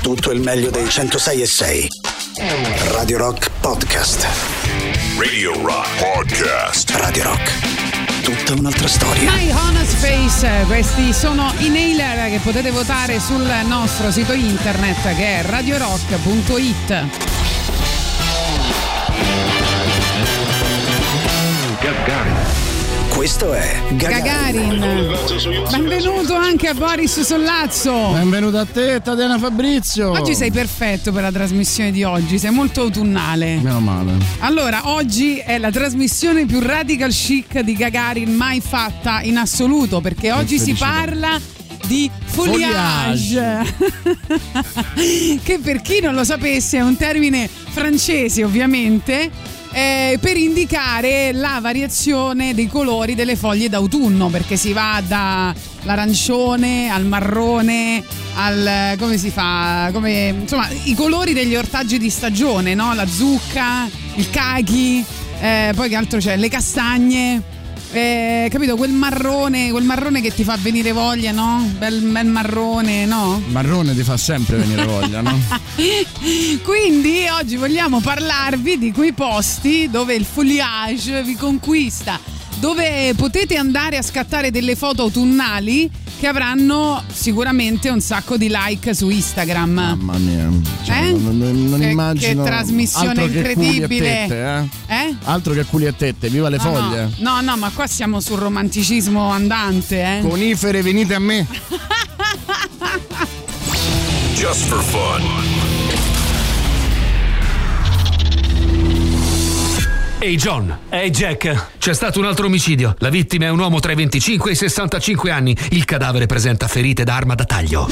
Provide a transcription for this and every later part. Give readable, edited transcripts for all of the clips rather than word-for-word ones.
tutto il meglio dei 106.6. Radio Rock Podcast. Radio Rock Podcast. Radio Rock, tutta un'altra storia. My Honest Face, questi sono i Nailer che potete votare sul nostro sito internet che è radiorock.it. Questo è Gagarin. Benvenuto anche a Boris Sollazzo. Benvenuto a te, Tatiana Fabrizio. Oggi sei perfetto per la trasmissione di oggi, sei molto autunnale. Meno male. Allora, oggi è la trasmissione più radical chic di Gagarin mai fatta in assoluto, perché oggi si parla di foliage. Che per chi non lo sapesse è un termine francese, ovviamente, per indicare la variazione dei colori delle foglie d'autunno, perché si va dall'arancione al marrone al insomma i colori degli ortaggi di stagione, no? La zucca, il khaki, poi che altro c'è? Le castagne. Capito? Quel marrone che ti fa venire voglia, no? Bel marrone, no? Il marrone ti fa sempre venire voglia, no? Quindi oggi vogliamo parlarvi di quei posti dove il foliage vi conquista, dove potete andare a scattare delle foto autunnali che avranno sicuramente un sacco di like su Instagram. Mamma mia, cioè, non immagino. Che trasmissione incredibile. Tette, altro che culi e tette, viva le foglie. No, ma qua siamo sul romanticismo andante, Conifere, venite a me. Just for fun. Ehi John, ehi Jack, c'è stato un altro omicidio. La vittima è un uomo tra i 25 e i 65 anni. Il cadavere presenta ferite da arma da taglio.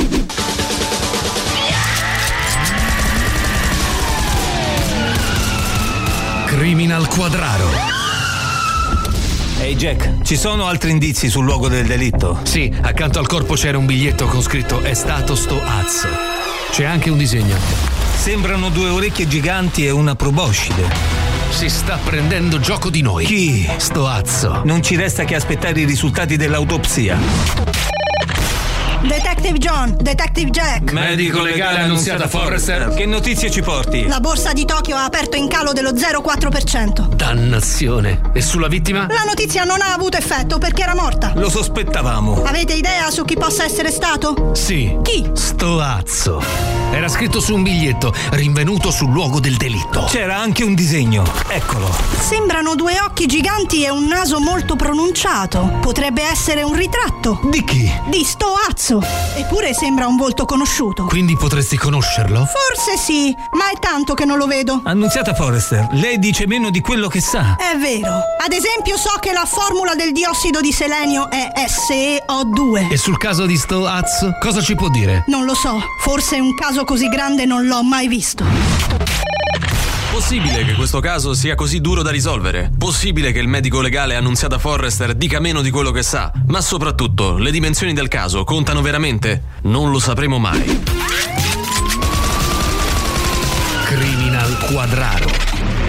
Criminal Quadraro. Ehi Jack, ci sono altri indizi sul luogo del delitto? Sì, accanto al corpo c'era un biglietto con scritto "È stato sto azzo". C'è anche un disegno. Sembrano due orecchie giganti e una proboscide. Si sta prendendo gioco di noi. Chi? Sto azzo. Non ci resta che aspettare i risultati dell'autopsia. Detective John, Detective Jack. Medico legale Annunziata Forrester. Che notizie ci porti? La borsa di Tokyo ha aperto in calo dello 0,4%. Dannazione. E sulla vittima? La notizia non ha avuto effetto perché era morta. Lo sospettavamo. Avete idea su chi possa essere stato? Sì. Chi? Sto azzo. Era scritto su un biglietto, rinvenuto sul luogo del delitto. C'era anche un disegno. Eccolo. Sembrano due occhi giganti e un naso molto pronunciato. Potrebbe essere un ritratto. Di chi? Di Sto azzo. Eppure sembra un volto conosciuto. Quindi potresti conoscerlo? Forse sì, ma è tanto che non lo vedo. Annunziata Forrester, lei dice meno di quello che sa. È vero. Ad esempio so che la formula del diossido di selenio è SeO2. E sul caso di Sto azzo, cosa ci può dire? Non lo so, forse un caso così grande non l'ho mai visto. Possibile che questo caso sia così duro da risolvere? Possibile che il medico legale Annunziata Forrester dica meno di quello che sa? Ma soprattutto, le dimensioni del caso contano veramente? Non lo sapremo mai. Criminal Quadraro.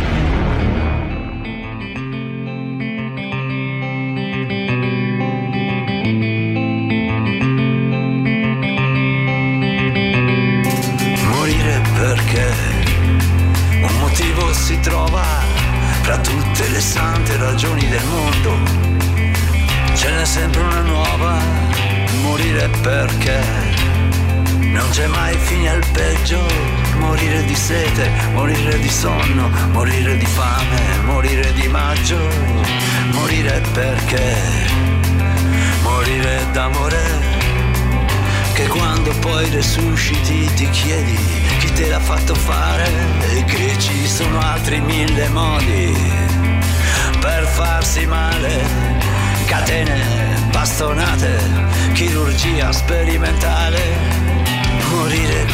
Si trova fra tutte le sante ragioni del mondo, ce n'è sempre una nuova. Morire perché non c'è mai fine al peggio. Morire di sete, morire di sonno, morire di fame, morire di maggio. Morire perché morire d'amore, che quando poi resusciti ti chiedi chi te l'ha fatto fare e che ci sono altri 1000 modi per farsi male. Catene, bastonate, chirurgia sperimentale. Morire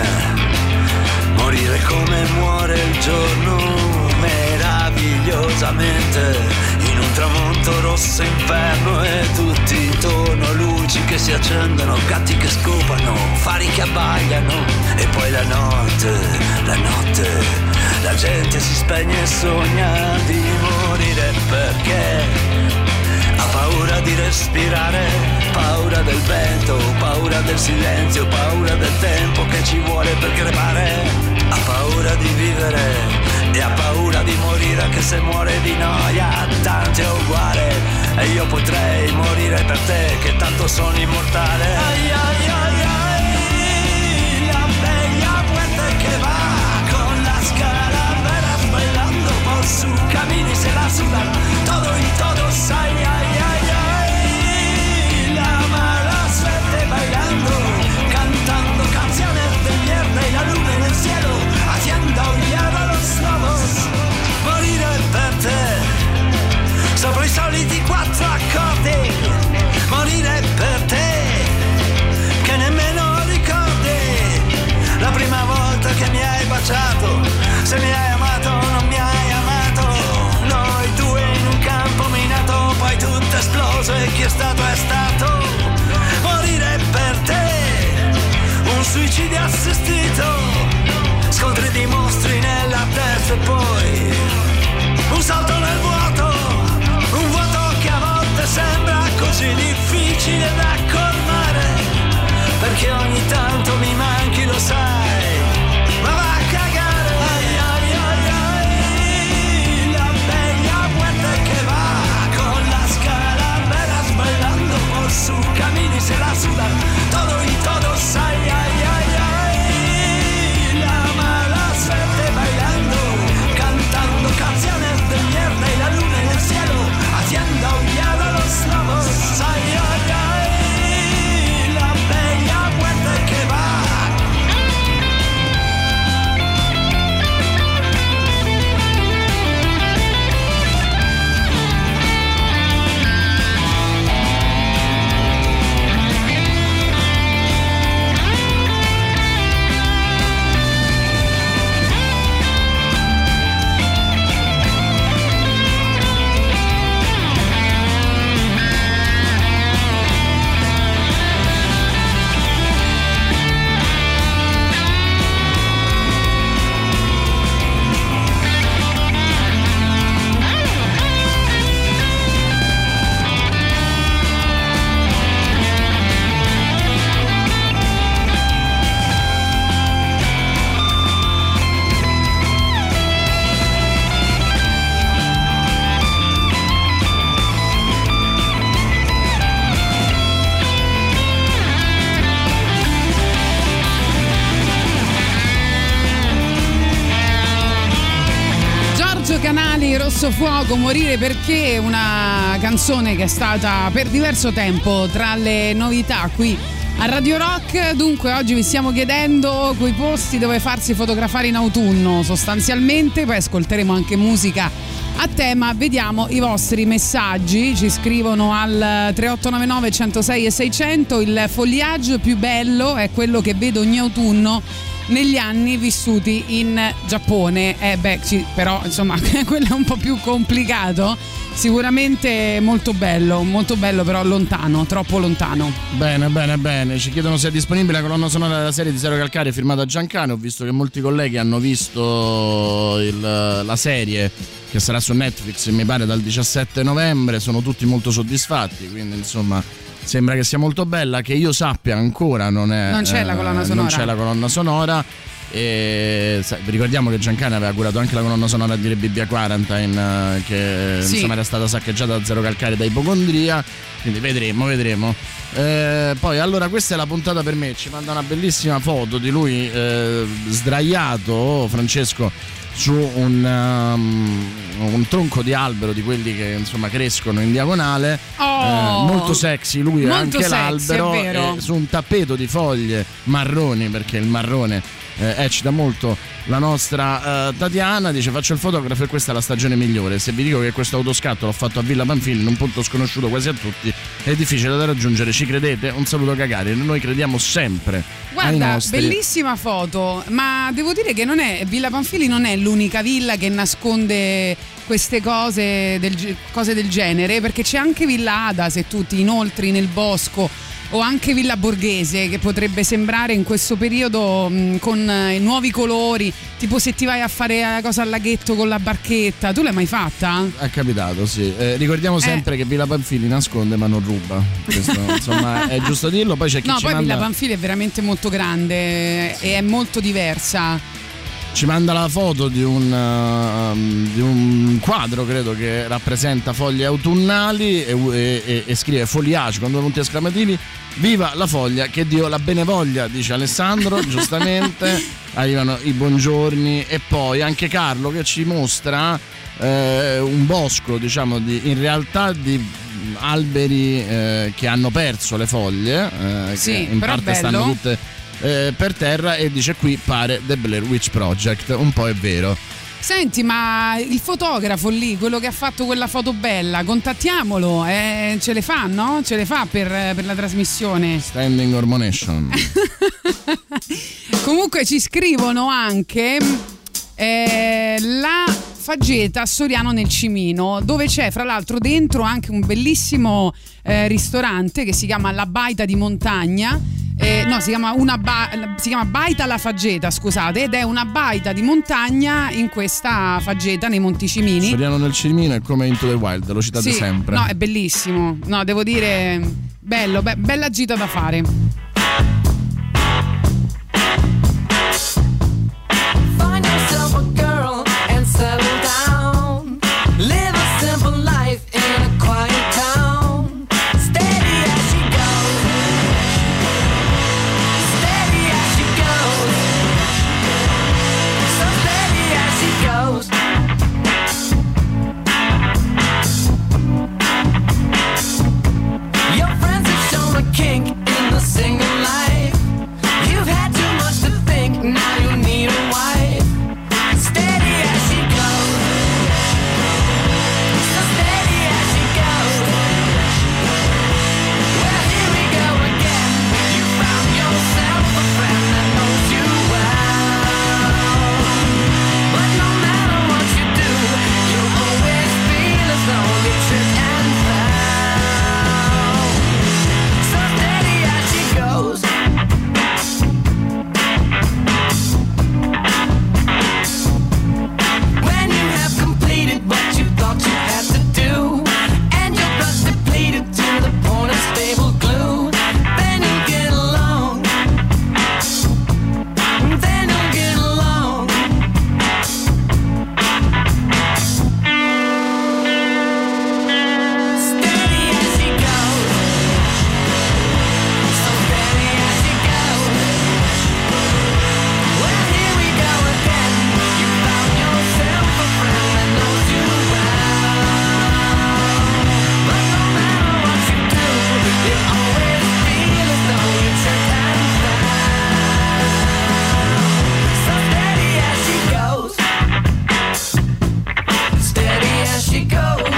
come muore il giorno, meravigliosamente, in un tramonto rosso inferno e tutti intorno luci che si accendono, gatti che scopano, fari che abbagliano e poi la notte, la gente si spegne e sogna di morire perché ha paura di respirare, paura del vento, paura del silenzio, paura del tempo che ci vuole per sono immortale. Ai ai ai ai, la bella muerte che va con la Calaveras bailando por su camino y se la sudan todo y todos. Ay ay ay ay, la mala suerte bailando, cantando canciones de mierda y la luna en el cielo haciendo aullar a los lobos. Morire per te sopra i soliti 4 accordi, morire per te che nemmeno ricordi la prima volta che mi hai baciato, se mi hai amato o non mi hai amato, noi due in un campo minato, poi tutto esploso e chi è stato è stato. Morire per te, un suicidio assistito, scontri di mostri nella testa e poi un salto nel vuoto, un vuoto che a volte sembra così difficile da colmare, perché ogni tanto mi manchi, lo sai, ma va a cagare. Ai ai ai ai, la bella muerte che va con las Calaveras bailando por su camino y se la sudan todo y todos. Ay ay ay ay, la mala suerte bailando, cantando canciones de mierda y la luna en el cielo haciendo aullar a los lobos. Ay ay ay, la bella muerte que va. Canali, Rosso Fuoco, Morire perché, una canzone che è stata per diverso tempo tra le novità qui a Radio Rock. Dunque oggi vi stiamo chiedendo quei posti dove farsi fotografare in autunno sostanzialmente, poi ascolteremo anche musica a tema. Vediamo i vostri messaggi, ci scrivono al 3899 106 e 600. Il foliage più bello è quello che vedo ogni autunno negli anni vissuti in Giappone. Però insomma quello è un po' più complicato. Sicuramente molto bello, però lontano, troppo lontano. Bene. Ci chiedono se è disponibile la colonna sonora della serie di Zero Calcare firmata Giancane. Ho visto che molti colleghi hanno visto la serie che sarà su Netflix, mi pare dal 17 novembre, sono tutti molto soddisfatti, quindi insomma sembra che sia molto bella. Che io sappia ancora non c'è la colonna sonora. E ricordiamo che Giancane aveva curato anche la colonna sonora di Rebibbia Quarantine, che insomma era stata saccheggiata da Zero Calcare da ipocondria, quindi vedremo. Poi allora questa è la puntata per me, ci manda una bellissima foto di lui sdraiato, Francesco, su un tronco di albero di quelli che insomma crescono in diagonale, molto sexy lui, molto anche sexy, l'albero, su un tappeto di foglie marroni, perché il marrone eccita molto la nostra Tatiana. Dice: faccio il fotografo e questa è la stagione migliore. Se vi dico che questo autoscatto l'ho fatto a Villa Pamphili, in un punto sconosciuto quasi a tutti, è difficile da raggiungere, ci credete? Un saluto Gagari, noi crediamo sempre. Guarda, bellissima foto, ma devo dire che Villa Pamphili non è l'unica villa che nasconde queste cose del genere, perché c'è anche Villa Ada, se tu ti inoltri nel bosco, o anche Villa Borghese, che potrebbe sembrare in questo periodo con i nuovi colori, tipo se ti vai a fare la cosa al laghetto con la barchetta. Tu l'hai mai fatta? È capitato, sì. Ricordiamo sempre che Villa Pamphili nasconde ma non ruba. Questo insomma è giusto dirlo. Poi c'è chi Villa Pamphili è veramente molto grande e è molto diversa. ci manda la foto di un quadro, credo, che rappresenta foglie autunnali e scrive foliage con 2 punti esclamativi. Viva la foglia, che Dio la benevoglia, dice Alessandro, giustamente. Arrivano i buongiorni e poi anche Carlo che ci mostra un bosco, diciamo, in realtà di alberi che hanno perso le foglie, sì, che in parte bello. stanno tutte per terra, e dice qui pare The Blair Witch Project. Un po' è vero. Senti, ma il fotografo lì, quello che ha fatto quella foto bella, contattiamolo, ce le fa, no? Ce le fa per la trasmissione? Standing Hormonation. Comunque ci scrivono anche la Faggeta a Soriano nel Cimino, dove c'è fra l'altro dentro anche un bellissimo ristorante che si chiama La Baita di Montagna. No, si chiama Baita La Faggeta, scusate, ed è una baita di montagna in questa faggeta nei Monti Cimini. Soriano nel Cimino è come Into the Wild, lo citate sempre. No, è bellissimo. No, devo dire, bello, bella gita da fare. Find yourself a girl and settle down. Live a simple life in a quiet town. Steady as she goes. Steady as she goes. So steady as she goes. Your friends have shown a kink in the single life. You've had too much to think, now you need a wife. Steady as she goes. So steady as she goes. Well, here we go again. You found yourself a friend that knows you well. But no matter what you do, you'll always feel as though you tripped and fell. So steady as she goes. When you have completed what you thought you had to do, and your blood's depleted to the point of stable glue, then you'll get along. Then you'll get along. Steady as she goes. So steady as she goes. Well, here we go again. You found yourself a friend that knows you well. But no matter what you do, you always feel as though you tripped and fell. So steady as she goes. Steady as she goes.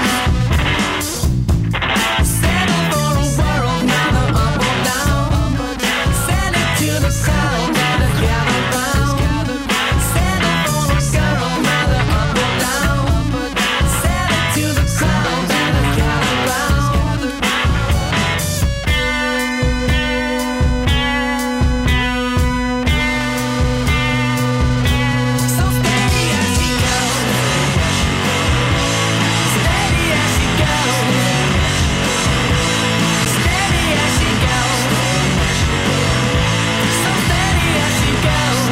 Settle for a world, neither up or down. Send it to the sound of the gather round. Settle for a girl, neither up or down. Send it to the sound of the gather round. So steady as she goes. Steady as she goes. Steady as she goes. So steady as she goes.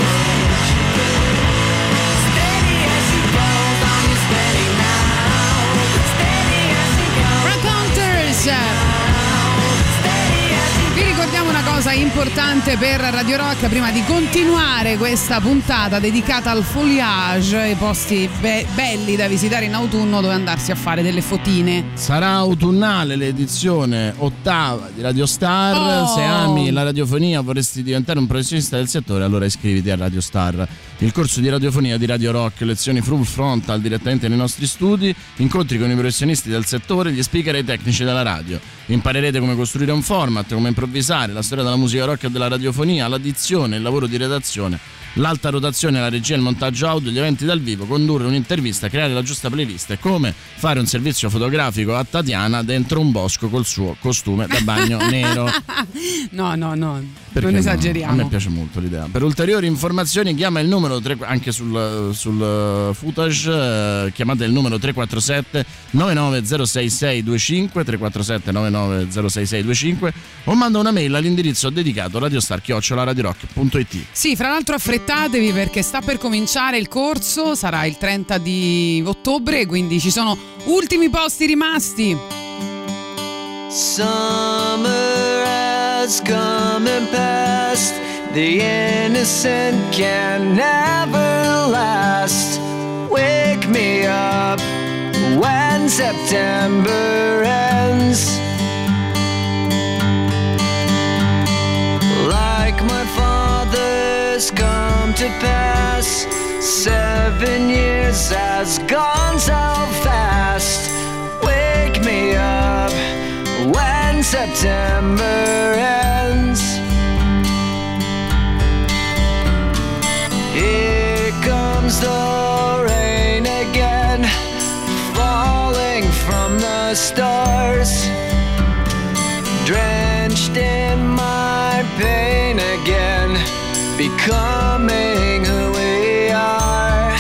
Steady as she goes. Are you steady now? Steady as she goes. Raconteurs. Steady as she Vi ricordiamo una cosa importante per Radio Rock prima di continuare questa puntata dedicata al foliage, ai posti belli da visitare in autunno dove andarsi a fare delle fotine. Sarà autunnale l'edizione 8ª di Radio Star. Oh. Se ami la radiofonia, vorresti diventare un professionista del settore, allora iscriviti a Radio Star, il corso di radiofonia di Radio Rock. Lezioni full frontal direttamente nei nostri studi, incontri con i professionisti del settore, gli speaker e i tecnici della radio. Imparerete come costruire un format, come improvvisare, la storia della musica rock e della radiofonia, l'addizione, il lavoro di redazione, l'alta rotazione, la regia, il montaggio audio, gli eventi dal vivo, condurre un'intervista, creare la giusta playlist e come fare un servizio fotografico a Tatiana dentro un bosco col suo costume da bagno nero. No. Perché non no? esageriamo. A me piace molto l'idea. Per ulteriori informazioni chiama il numero anche sul footage, chiamate il numero 347 9906625 347 9906625 o manda una mail all'indirizzo dedicato radiostar@radiorock.it. Sì, fra l'altro affrettatevi perché sta per cominciare il corso, sarà il 30 di ottobre, quindi ci sono ultimi posti rimasti. Summer has come and passed. The innocent can never last. Wake me up when September ends. Like my father's come to pass. 7 years has gone so fast. Wake me up when September ends. Here comes the rain again, falling from the stars, drenched in my pain again, becoming who we are.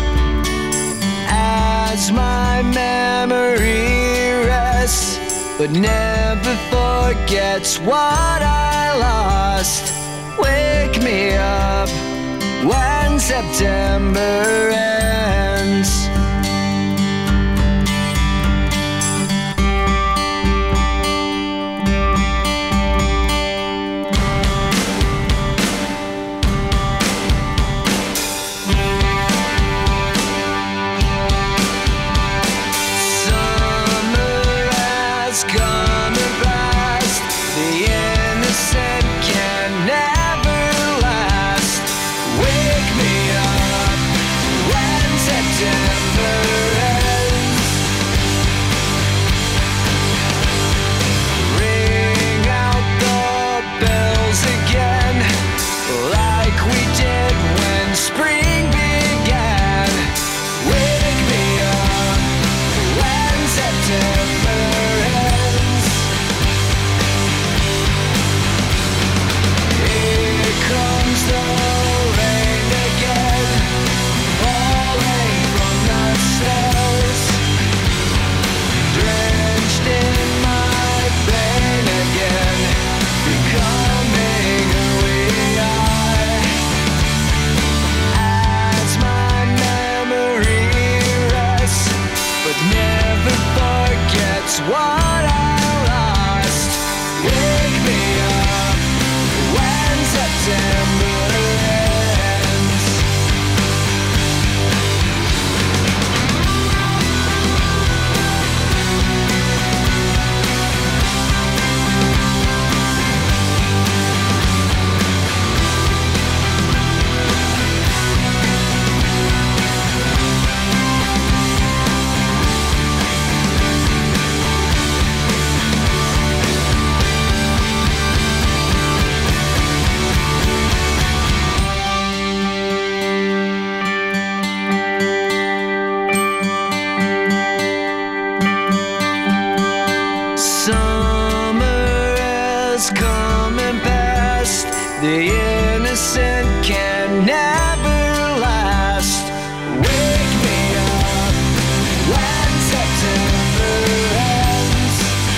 As my memory rests, but never forgets what I lost. Wake me up when September ends. What I lost. Wake me up when September ends. Summer has come and passed. The innocent can never last. Wake me up when September ends.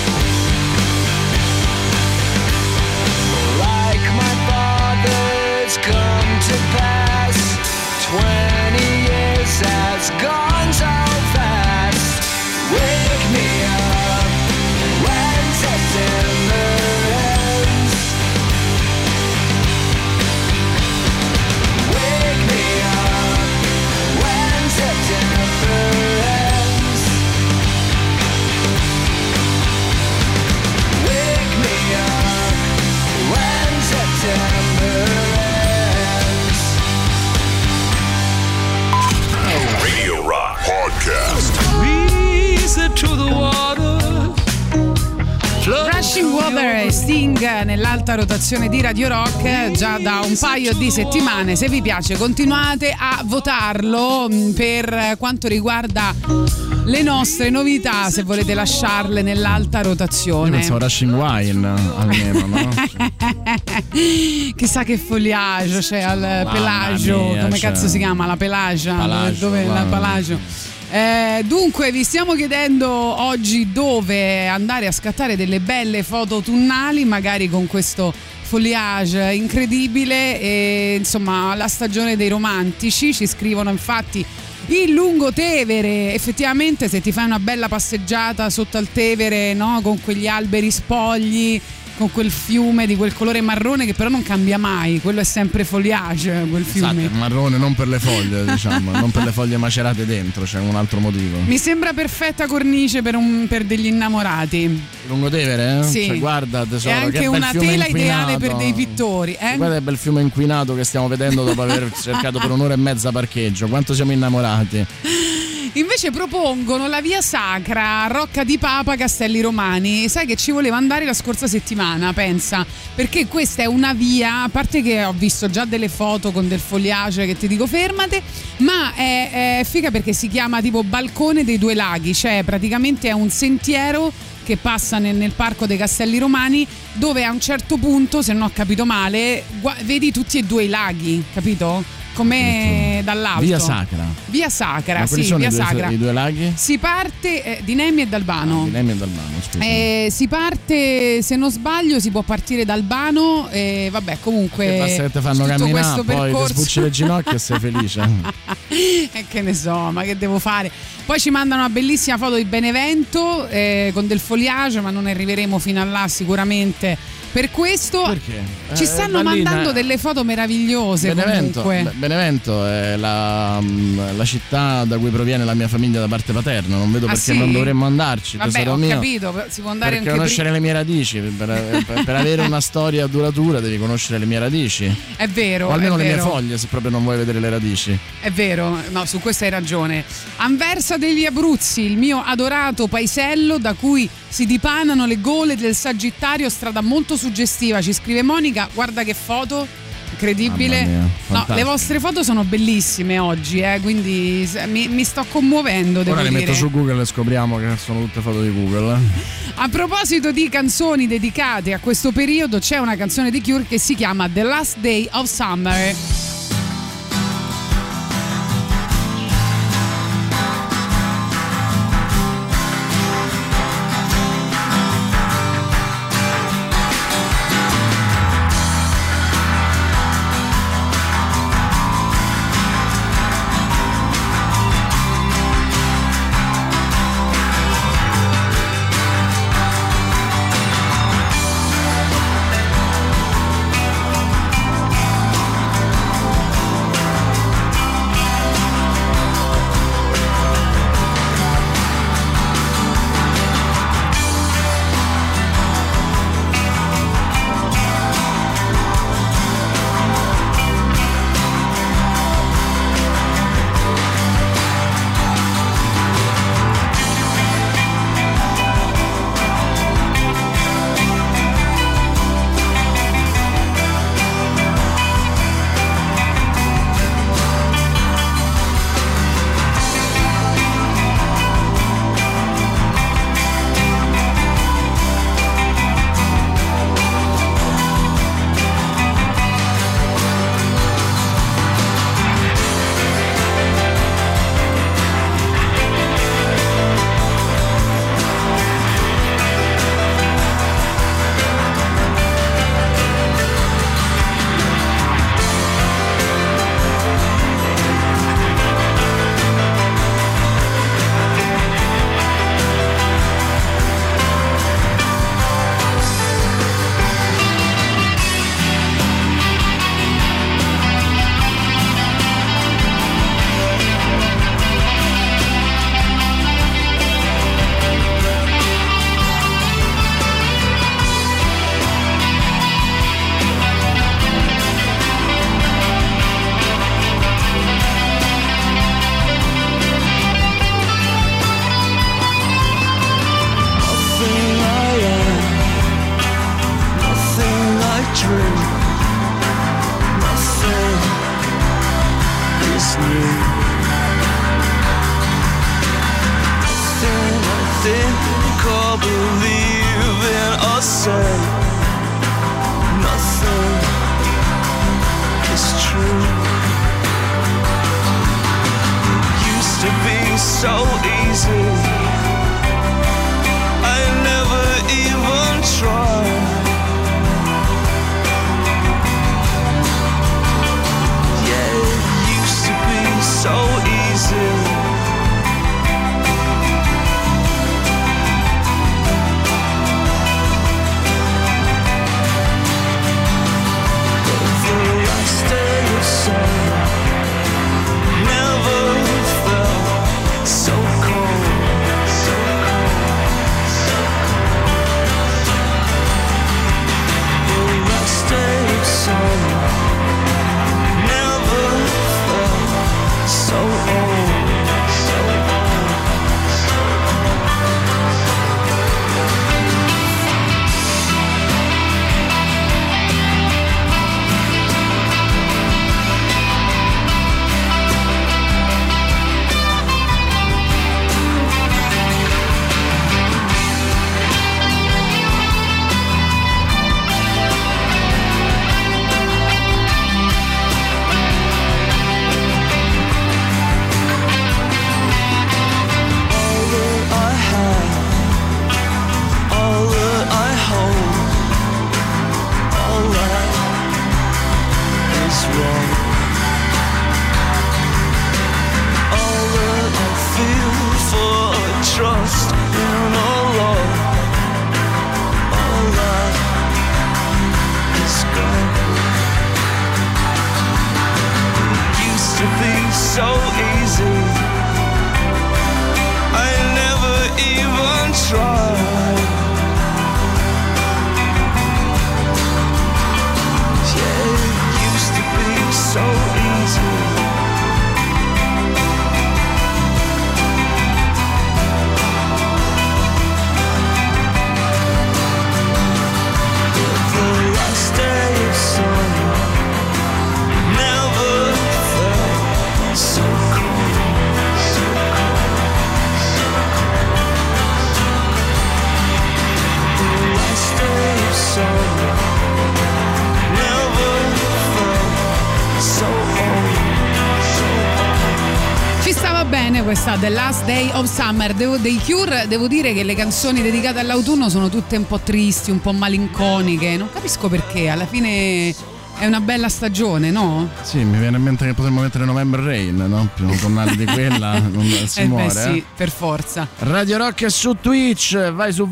Like my father's come to pass. 20 years has gone so fast. Wake me up when September ends. Wake Sting nell'alta rotazione di Radio Rock già da un paio di settimane. Se vi piace continuate a votarlo. Per quanto riguarda le nostre novità, se volete lasciarle nell'alta rotazione. Io pensavo Rushing Wine almeno, no? Chissà che foliage c'è al Pelagio, mia, come cioè. cazzo si chiama? La Pelagia? Dove la Palagio? Dunque vi stiamo chiedendo oggi dove andare a scattare delle belle foto autunnali, magari con questo foliage incredibile, e insomma la stagione dei romantici. Ci scrivono infatti il Lungotevere. Effettivamente se ti fai una bella passeggiata sotto al Tevere, no? Con quegli alberi spogli, con quel fiume di quel colore marrone che però non cambia mai, quello è sempre foliage, quel fiume. Esatto, è marrone non per le foglie, diciamo, non per le foglie macerate dentro, c'è un altro motivo. Mi sembra perfetta cornice per degli innamorati. Lungotevere? Sì. Cioè, guarda tesoro, è anche che bel una fiume tela inquinato. ideale per dei pittori, Guarda che bel fiume inquinato che stiamo vedendo dopo aver cercato per un'ora e mezza parcheggio, quanto siamo innamorati. Invece propongono la via sacra Rocca di Papa, Castelli Romani. Sai che ci voleva andare la scorsa settimana, pensa, perché questa è una via, a parte che ho visto già delle foto con del foliage che ti dico fermate, ma è figa perché si chiama tipo Balcone dei Due Laghi, cioè praticamente è un sentiero che passa nel parco dei Castelli Romani, dove a un certo punto, se non ho capito male, vedi tutti e due i laghi, capito? Come dall'alto. Via Sacra. Via Sacra, Ma quali sì, sono via i due, Sacra. i due laghi? Si parte di Nemi e d'Albano. Di Nemi e d'Albano, scusa. Si parte, se non sbaglio, si può partire da Albano e vabbè, comunque. Che basta che ti fanno tutto camminare, questo poi ti percorso. sbucci le ginocchia e sei felice. E che ne so, ma che devo fare? Poi ci mandano una bellissima foto di Benevento con del foliage, ma non arriveremo fino a là sicuramente. Per questo Perché? ci stanno mandando delle foto meravigliose. Comunque. Benevento è la città da cui proviene la mia famiglia da parte paterna. Non vedo perché sì? non dovremmo andarci. Vabbè, tesoro ho mio. capito, si può andare Per anche conoscere le mie radici, per avere una storia duratura devi conoscere le mie radici. È vero. O almeno è le mie vero. foglie, se proprio non vuoi vedere le radici. È vero, no, su questo hai ragione. Anversa degli Abruzzi, il mio adorato paesello da cui si dipanano le gole del Sagittario, strada molto suggestiva. Ci scrive Monica, guarda che foto, incredibile. Mamma mia, No, fantastico. le vostre foto sono bellissime oggi, quindi mi sto commuovendo, devo Ora le dire. metto su Google e scopriamo che sono tutte foto di Google. A proposito di canzoni dedicate a questo periodo, c'è una canzone di Cure che si chiama The Last Day of Summer. is new. I think or believe in or say nothing is true. It used to be so easy, I never even tried. Yeah, it used to be so easy. Questa The Last Day of Summer dei Cure. Devo dire che le canzoni dedicate all'autunno sono tutte un po' tristi, un po' malinconiche, non capisco perché, alla fine è una bella stagione, no? Sì, mi viene in mente che potremmo mettere November Rain, no? Più un tornare di quella non si muore. Beh sì, per forza. Radio Rock è su Twitch, vai su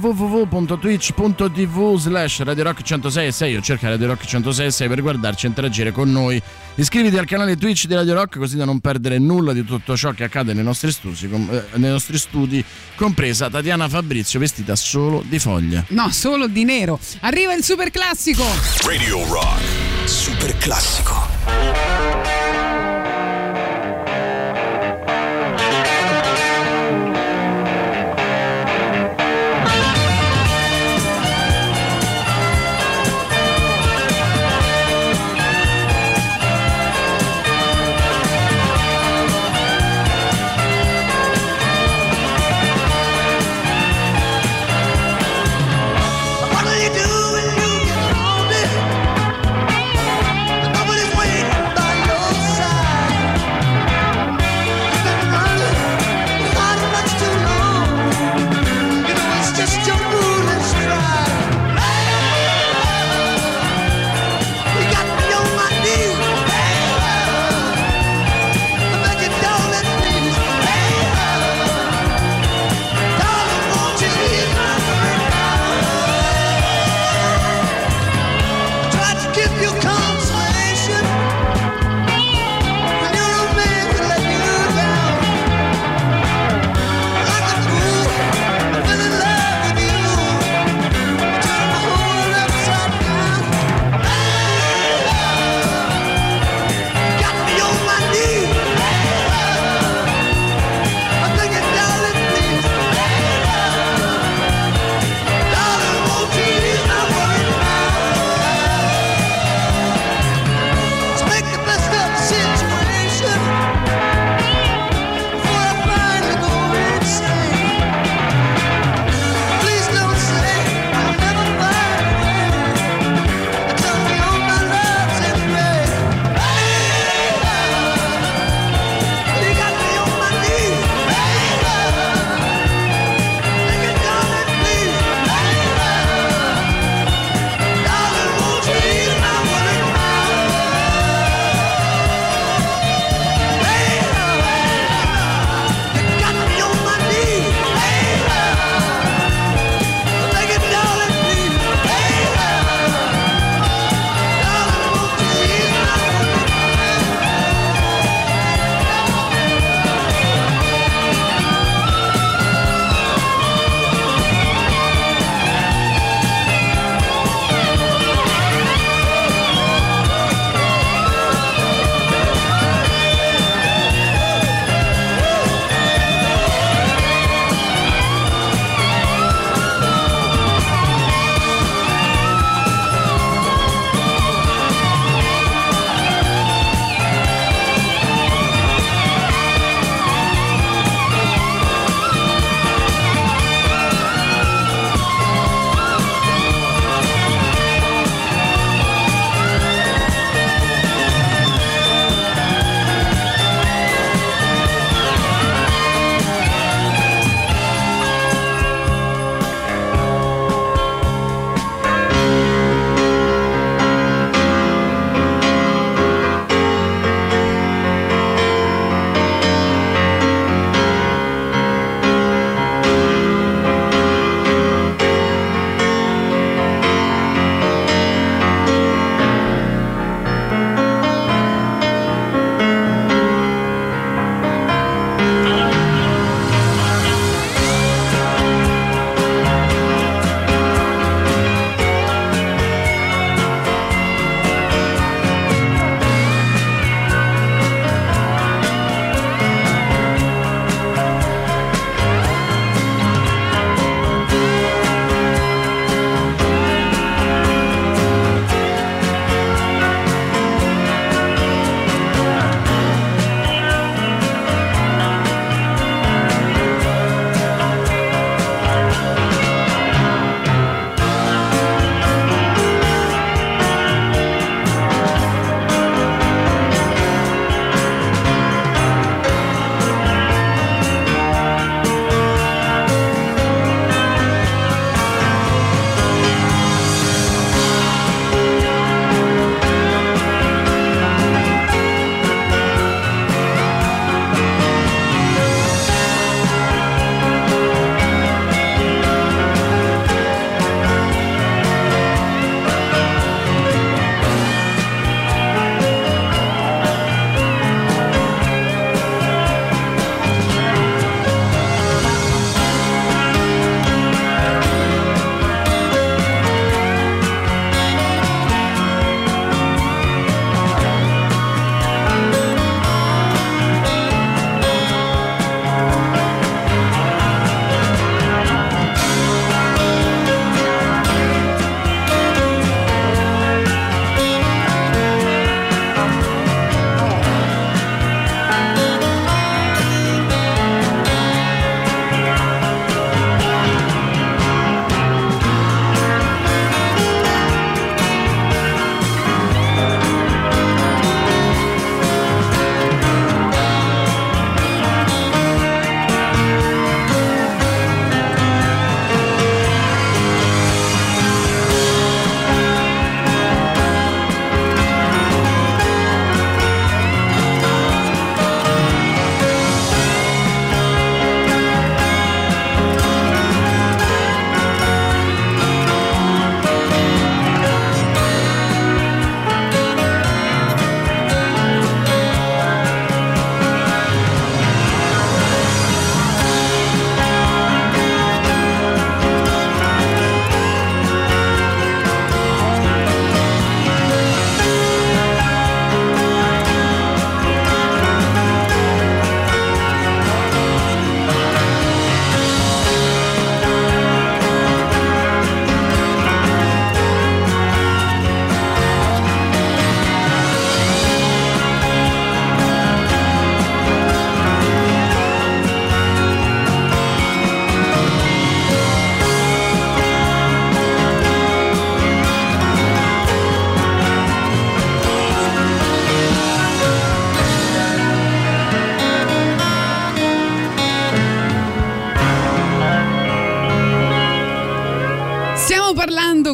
www.twitch.tv/Radio Rock 106.6 o cerca Radio Rock 106.6 per guardarci e interagire con noi. Iscriviti al canale Twitch di Radio Rock così da non perdere nulla di tutto ciò che accade nei nostri studi, compresa Tatiana Fabrizio vestita solo di foglia. No, solo di nero. Arriva il super classico. Radio Rock Super classico. Nobody's waiting by your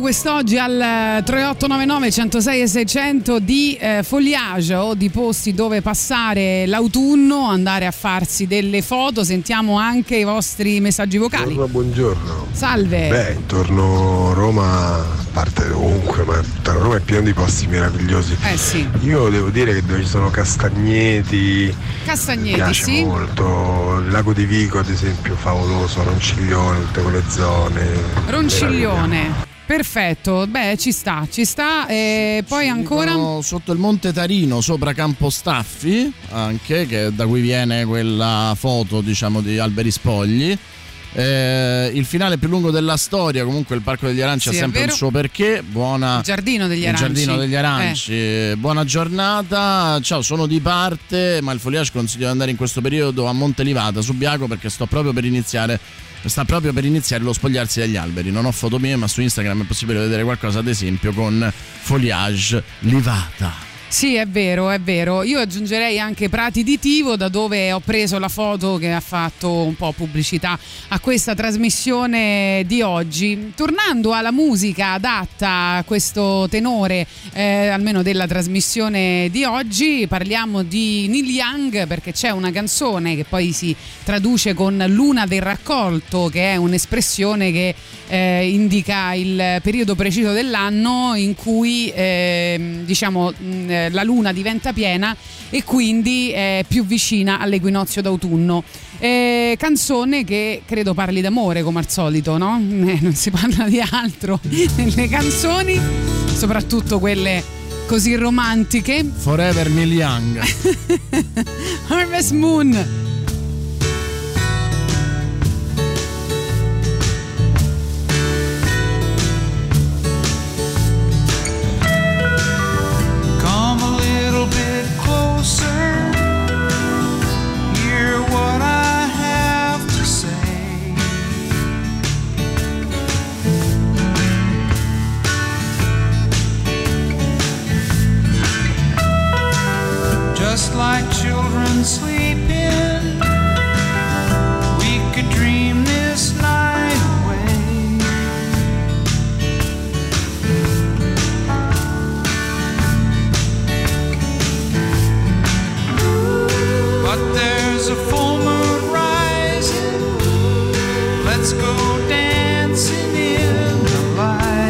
quest'oggi al 3899 106 e 600 di foliage o di posti dove passare l'autunno, andare a farsi delle foto. Sentiamo anche i vostri messaggi vocali. Buongiorno. Salve. Beh, intorno a Roma, a parte ovunque, ma Roma è pieno di posti meravigliosi. Sì. Io devo dire che dove ci sono Castagneti mi piace sì. molto. Il lago di Vico, ad esempio, favoloso, Ronciglione, tutte quelle zone. Ronciglione. Perfetto, beh, ci sta. E poi ancora sotto il Monte Tarino, sopra Campo Staffi, anche, che da cui viene quella foto, diciamo, di alberi spogli. Il finale più lungo della storia, comunque il Parco degli Aranci, sì, ha sempre il suo perché. Il Giardino degli Aranci. Buona giornata. Ciao, sono di parte, ma il foliage consiglio di andare in questo periodo a Montelivata, Subiaco, perché sta proprio per iniziare lo spogliarsi degli alberi. Non ho foto mie, ma su Instagram è possibile vedere qualcosa, ad esempio con foliage Livata. Sì, è vero. Io aggiungerei anche Prati di Tivo, da dove ho preso la foto che ha fatto un po' pubblicità a questa trasmissione di oggi. Tornando alla musica adatta a questo tenore, almeno della trasmissione di oggi, parliamo di Neil Young, perché c'è una canzone che poi si traduce con Luna del raccolto, che è un'espressione che indica il periodo preciso dell'anno in cui la luna diventa piena e quindi è più vicina all'equinozio d'autunno. Canzone che credo parli d'amore, come al solito, no? Non si parla di altro nelle canzoni, soprattutto quelle così romantiche. Forever Neil Young. Harvest Moon. Just like children sleeping, we could dream this night away. But there's a full moon rising, let's go dancing in the light.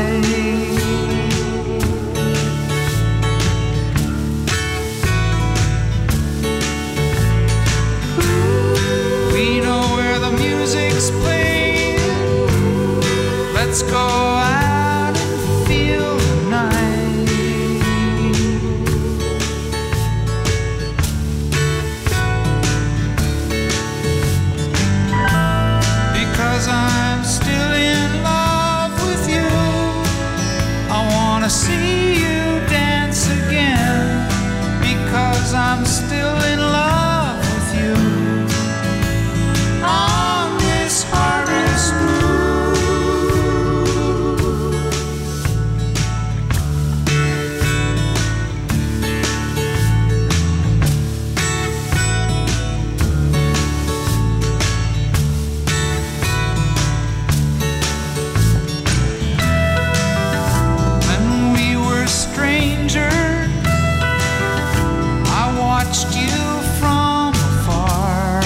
Music's playing, let's go out and feel the night. Because I'm still in love with you, I wanna see you dance again. Because I'm still in love with you. Harvest when we were strangers, I watched you from afar.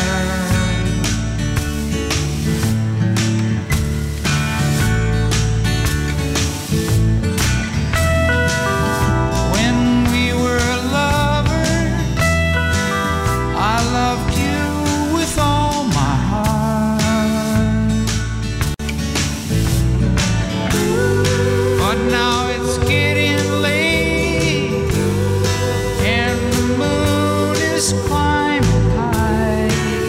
When we were lovers, I loved you with all my heart. But now it's getting late and the moon is climbing high.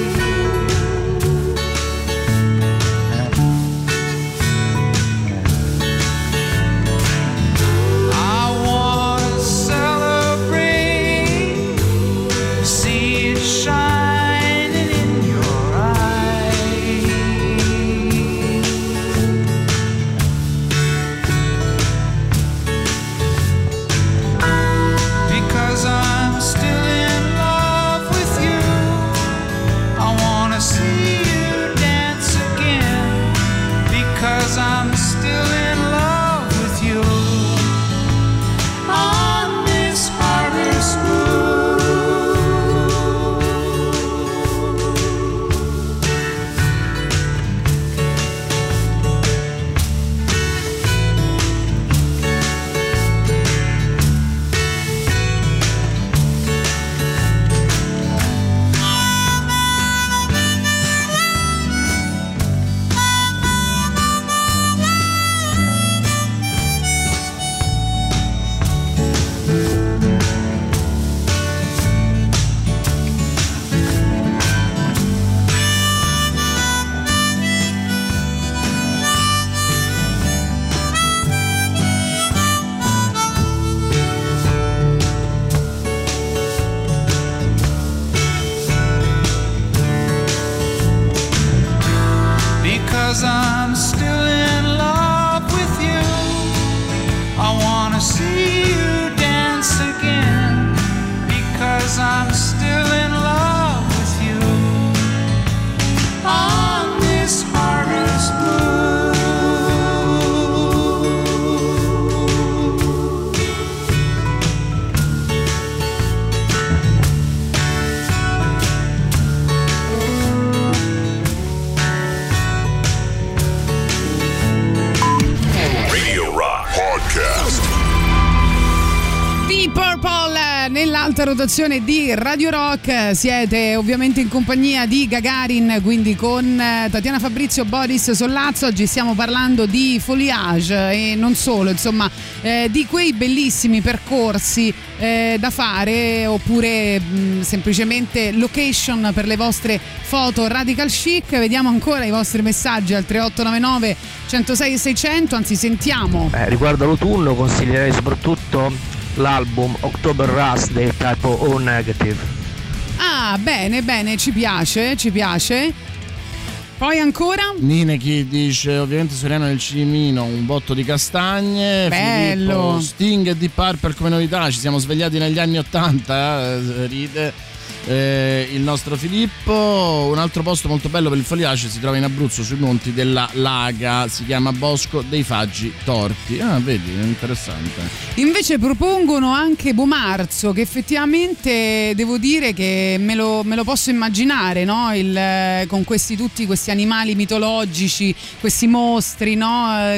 I wanna celebrate, see it shining in your eyes. Because I'm still in love with alta rotazione di Radio Rock. Siete ovviamente in compagnia di Gagarin, quindi con Tatiana Fabrizio, Boris Sollazzo. Oggi stiamo parlando di Foliage e non solo, insomma, di quei bellissimi percorsi da fare, oppure semplicemente location per le vostre foto radical chic. Vediamo ancora i vostri messaggi al 3899 106 600, anzi sentiamo. Riguardo l'autunno consiglierei soprattutto l'album October Rust dei Type O Negative. Ah, bene, ci piace. Poi ancora? Ninechi dice ovviamente Soriano del Cimino, un botto di castagne. Bello. Filippo, Sting e Deep Purple come novità, ci siamo svegliati negli anni 80, ride il nostro Filippo. Un altro posto molto bello per il foliage si trova in Abruzzo, sui monti della Laga, si chiama Bosco dei Faggi Torti. Ah, vedi, interessante. Invece propongono anche Bomarzo, che effettivamente devo dire che me lo posso immaginare, no? Con tutti questi animali mitologici, questi mostri, no?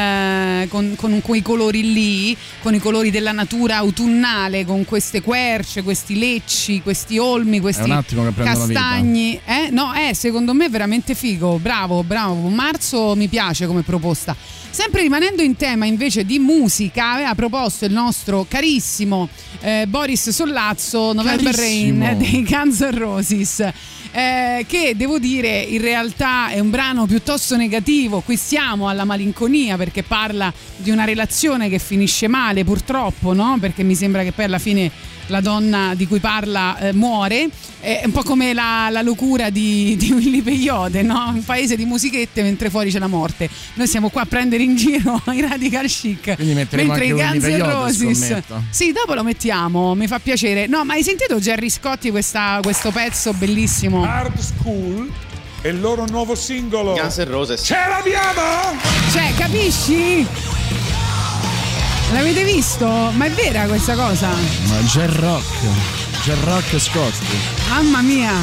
Con quei colori lì, con i colori della natura autunnale, con queste querce, questi lecci, questi olmi, questi castagni. No, secondo me è veramente figo. Bravo. Marzo mi piace come proposta. Sempre rimanendo in tema invece di musica, aveva proposto il nostro carissimo Boris Sollazzo November Rain dei Guns N' Roses, che devo dire in realtà è un brano piuttosto negativo. Qui siamo alla malinconia perché parla di una relazione che finisce male, purtroppo, no? Perché mi sembra che poi alla fine la donna di cui parla muore. È un po' come la locura di Willy Peyote, no? Un paese di musichette mentre fuori c'è la morte. Noi siamo qua a prendere in giro i radical chic, mentre i Guns N' Roses, sì, dopo lo mettiamo, mi fa piacere. No, ma hai sentito Gerry Scotti questo pezzo bellissimo? Hard School è il loro nuovo singolo. Guns N' Roses. Ce l'abbiamo? Cioè, capisci? L'avete visto? Ma è vera questa cosa? Ma J-Rock Scotti. Mamma mia.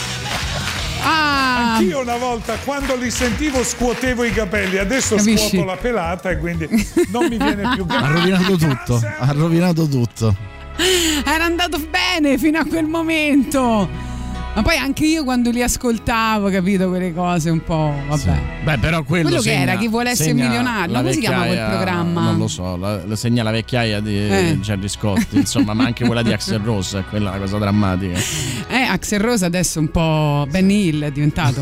Anch'io una volta quando li sentivo scuotevo i capelli, adesso scuoto la pelata e quindi non mi viene più Ha rovinato tutto. Era andato bene fino a quel momento. Ma poi anche io quando li ascoltavo, capito, quelle cose un po', vabbè. Sì. Beh, però quello che era Chi vuole essere milionario, come si chiama quel programma? Non lo so, segna la vecchiaia di Gerry Scotti, insomma, ma anche quella di Axl Rose, è quella la cosa drammatica. Axl Rose adesso un po' Benny Hill è diventato.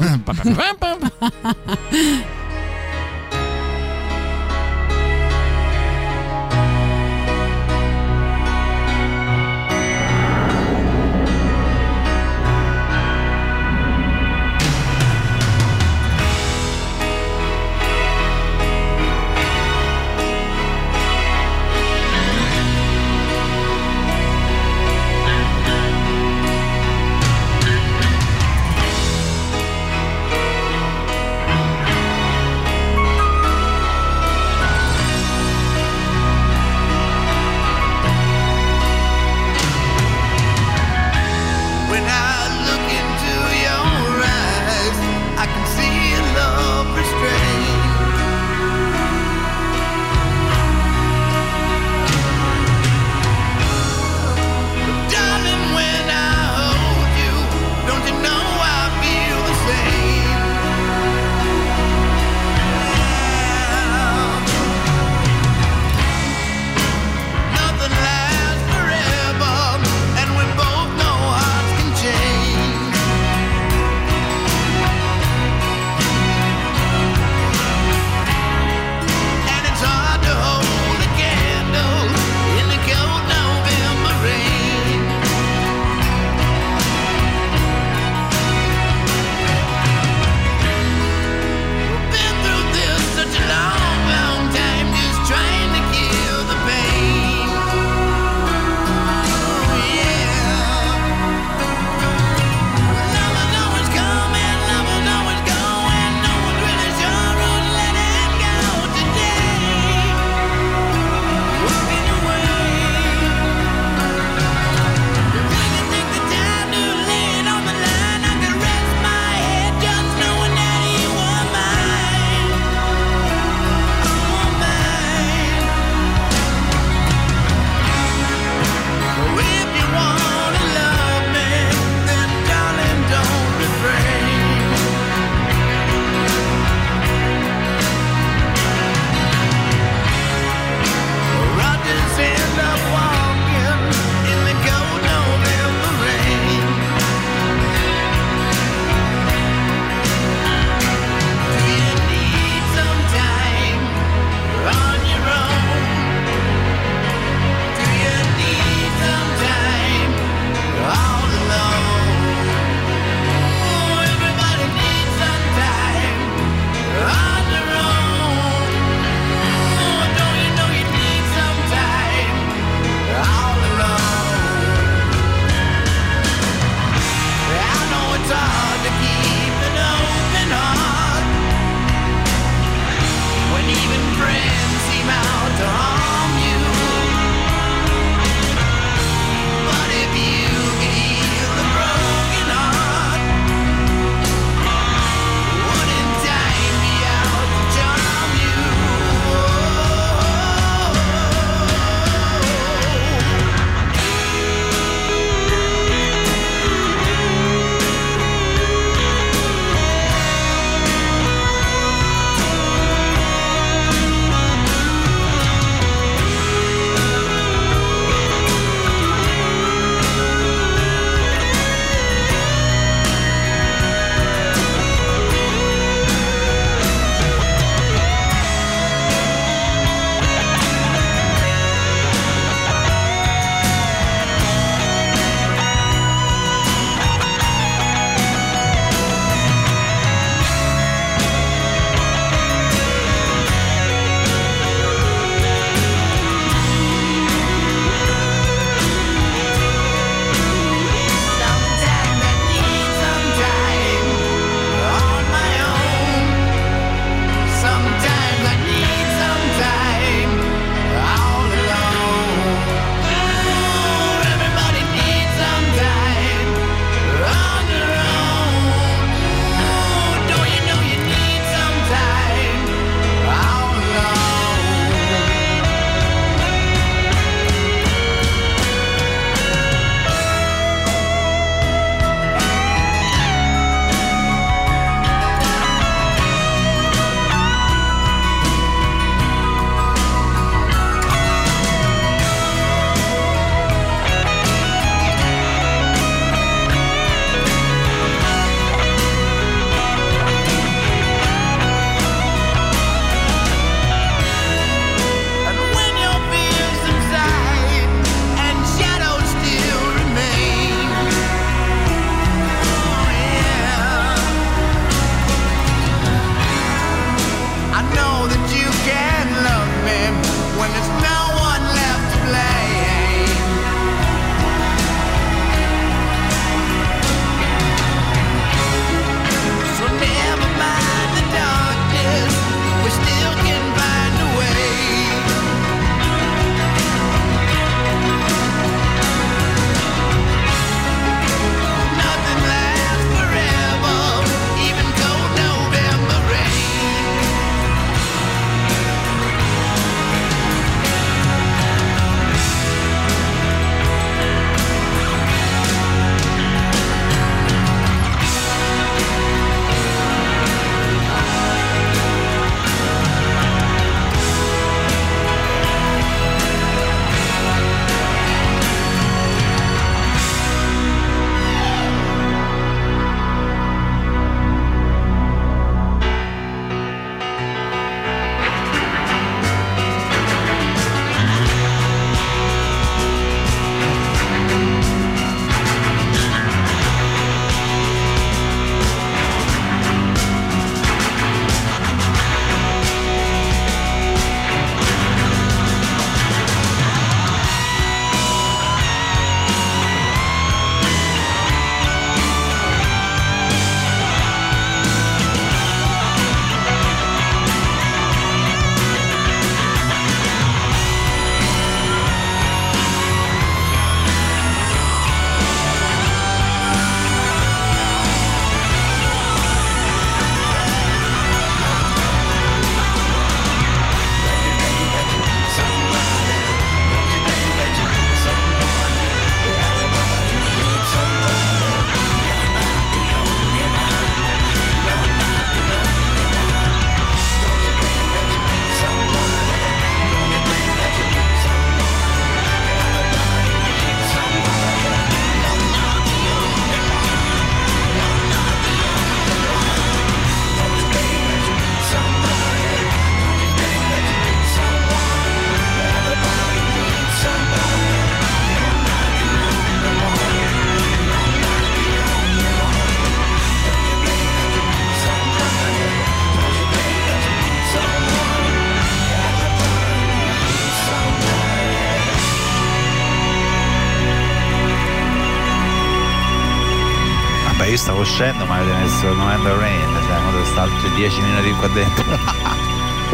Beh, io stavo uscendo, ma avete messo November Rain, cioè mo devo stare altri 10 minuti qua dentro.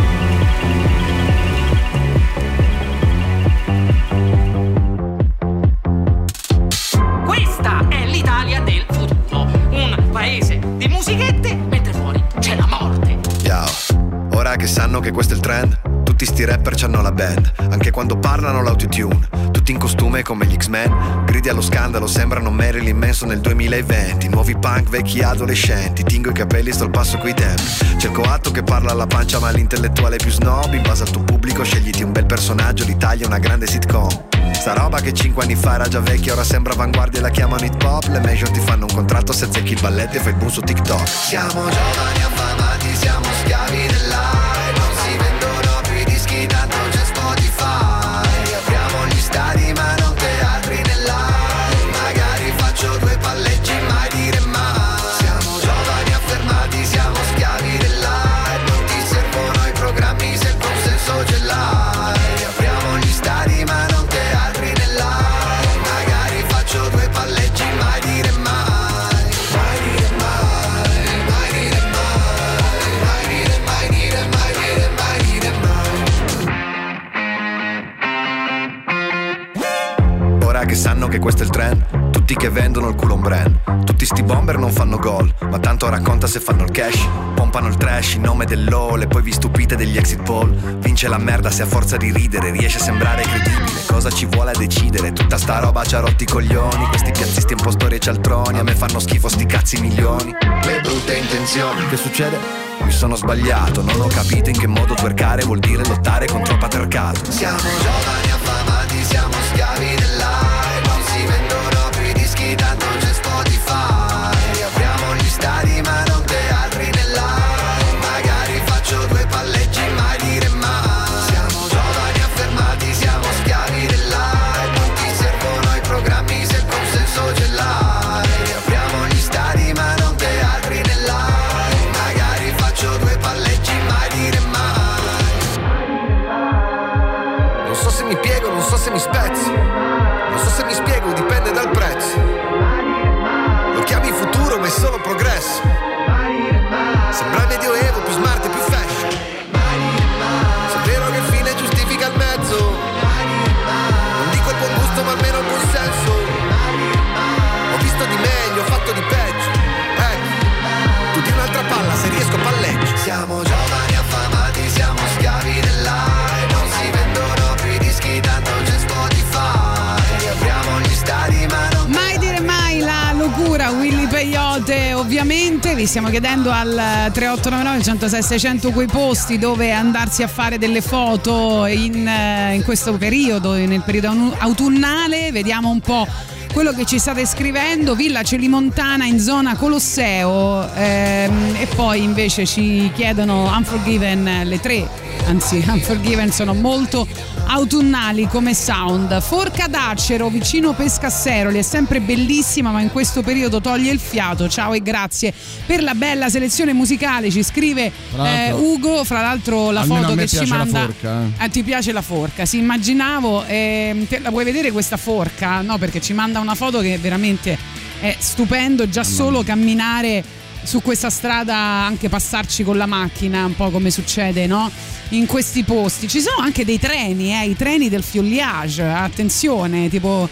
Questa è l'Italia del futuro, un paese di musichette mentre fuori c'è la morte. Ciao, ora che sanno che questo è il trend, tutti sti rapper c'hanno la band, anche quando parlano l'autotune, tutti in costume come gli X-Men, gridi allo scandalo, sembrano Marilyn Manson nel 2020, nuovi punk, vecchi adolescenti, tingo i capelli, sto al passo coi tempi, cerco atto che parla alla pancia ma l'intellettuale più snob, in base al tuo pubblico scegliti un bel personaggio, l'Italia è una grande sitcom. Sta roba che 5 anni fa era già vecchia, ora sembra avanguardia e la chiamano hip hop. Le major ti fanno un contratto se azzecchi il balletto e fai il boom su TikTok. Siamo giovani affamati, siamo schiavi dell'hype, non si vendono più i dischi, tanto c'è Spotify. Apriamo gli stadi ma non teatri nell'aria, magari faccio 2 palleggi, mai dire mai. Siamo giovani affermati, siamo schiavi dell'hype, non ti servono i programmi se il consenso ce l'hai. Apriamo gli stadi ma non teatri nell'aria, magari faccio 2 palleggi, mai dire mai. Mai dire mai, mai dire mai, mai dire mai dire mai dire mai dire mai. Ora che sanno che questo è il trend, tutti che vendono il culo un brand, tutti sti bomber non fanno gol, ma tanto racconta se fanno il cash, pompano il trash in nome dell'all e poi vi stupite degli exit poll. Vince la merda se a forza di ridere riesce a sembrare credibile, cosa ci vuole a decidere, tutta sta roba ci ha rotti i coglioni, questi piazzisti impostori e cialtroni, a me fanno schifo sti cazzi milioni, le brutte intenzioni. Che succede? Mi sono sbagliato, non ho capito in che modo twerkare vuol dire lottare contro il patriarcato. Siamo giovani affamati, siamo schiavi dell'hype, non si vendono più i dischi, tanto c'è Spotify. Apriamo gli stadi ma non teatri nell'aria, magari faccio 2 palleggi, mai dire mai. Siamo giovani affermati, siamo schiavi dell'hype, non ti servono i programmi se il consenso ce l'hai. Apriamo gli stadi ma non teatri nell'aria, magari faccio 2 palleggi, mai dire mai. Non so se mi piego, non so se mi spezzo, non so se mi spiego, dipende dal prezzo. Lo chiami futuro ma è solo progresso, sembra il medioevo, più smart e più fashion. Se è vero che il fine giustifica il mezzo, non dico il buon gusto ma almeno il buon senso. Ho visto di meglio, ho fatto di peggio, tu di un'altra palla, se riesco palleggio. Siamo giovani affamati, siamo schiavi dell'hype, non si vendono più i dischi, tanto c'è Spotify. Apriamo gli stadi ma non mai dire mai, la locura Willy Peyote. Ovviamente vi stiamo chiedendo al 3899 106 600 quei posti dove andarsi a fare delle foto in questo periodo, nel periodo autunnale. Vediamo un po' quello che ci state scrivendo. Villa Celimontana in zona Colosseo, e poi invece ci chiedono Unforgiven, le 3, anzi Unforgiven sono molto autunnali come sound. Forca d'Acero vicino Pescasseroli è sempre bellissima ma in questo periodo toglie il fiato. Ciao e grazie per la bella selezione musicale, ci scrive Ugo. Fra l'altro la foto che ci manda, la forca, ti piace la forca? Sì, immaginavo. La vuoi vedere questa forca? No, perché ci manda una foto che veramente è stupendo, già solo camminare su questa strada, anche passarci con la macchina, un po' come succede, no? In questi posti ci sono anche dei treni, i treni del feuillage, attenzione, tipo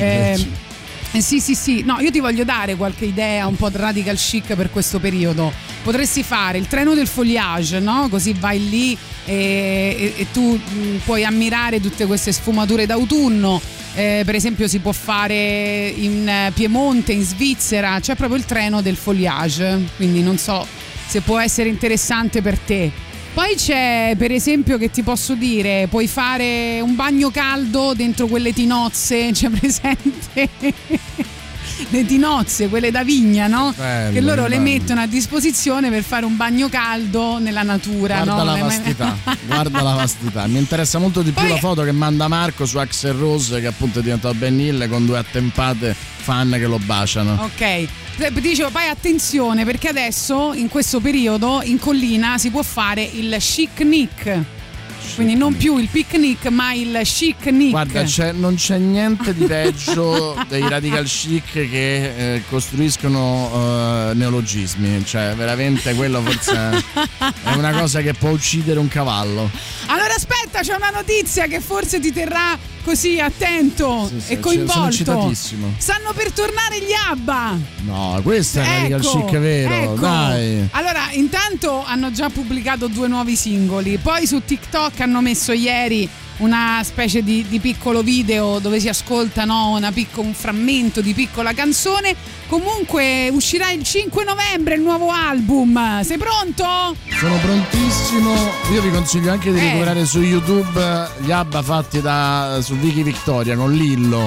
sì, no, io ti voglio dare qualche idea un po' radical chic per questo periodo. Potresti fare il treno del feuillage, no? Così vai lì e tu puoi ammirare tutte queste sfumature d'autunno. Per esempio si può fare in Piemonte, in Svizzera, c'è proprio il treno del feuillage, quindi non so se può essere interessante per te. Poi c'è, per esempio, che ti posso dire, puoi fare un bagno caldo dentro quelle tinozze, c'è presente? Le tinozze, quelle da vigna, no? Bello, che loro le mettono a disposizione per fare un bagno caldo nella natura. Guarda, no? la vastità, guarda la vastità. Mi interessa molto di più la foto che manda Marco su Axl Rose, che appunto è diventato Ben Hill, con 2 attempate fan che lo baciano. Ok, dicevo, poi attenzione, perché adesso in questo periodo in collina si può fare il chicnic. Quindi non più il picnic ma il chic nick. Guarda, non c'è niente di peggio dei radical chic che costruiscono neologismi, cioè veramente quello forse è una cosa che può uccidere un cavallo. Allora aspetta, c'è una notizia che forse ti terrà così attento e coinvolto. Sono eccitatissimo. Stanno per tornare gli ABBA. No, questo è radical chic vero, dai. Allora, intanto hanno già pubblicato 2 nuovi singoli, poi su TikTok hanno messo ieri una specie di piccolo video dove si ascolta un frammento di piccola canzone. Comunque uscirà il 5 novembre il nuovo album. Sei pronto? Sono prontissimo. Io vi consiglio anche di recuperare su YouTube gli ABBA fatti su Vicky Victoria con Lillo,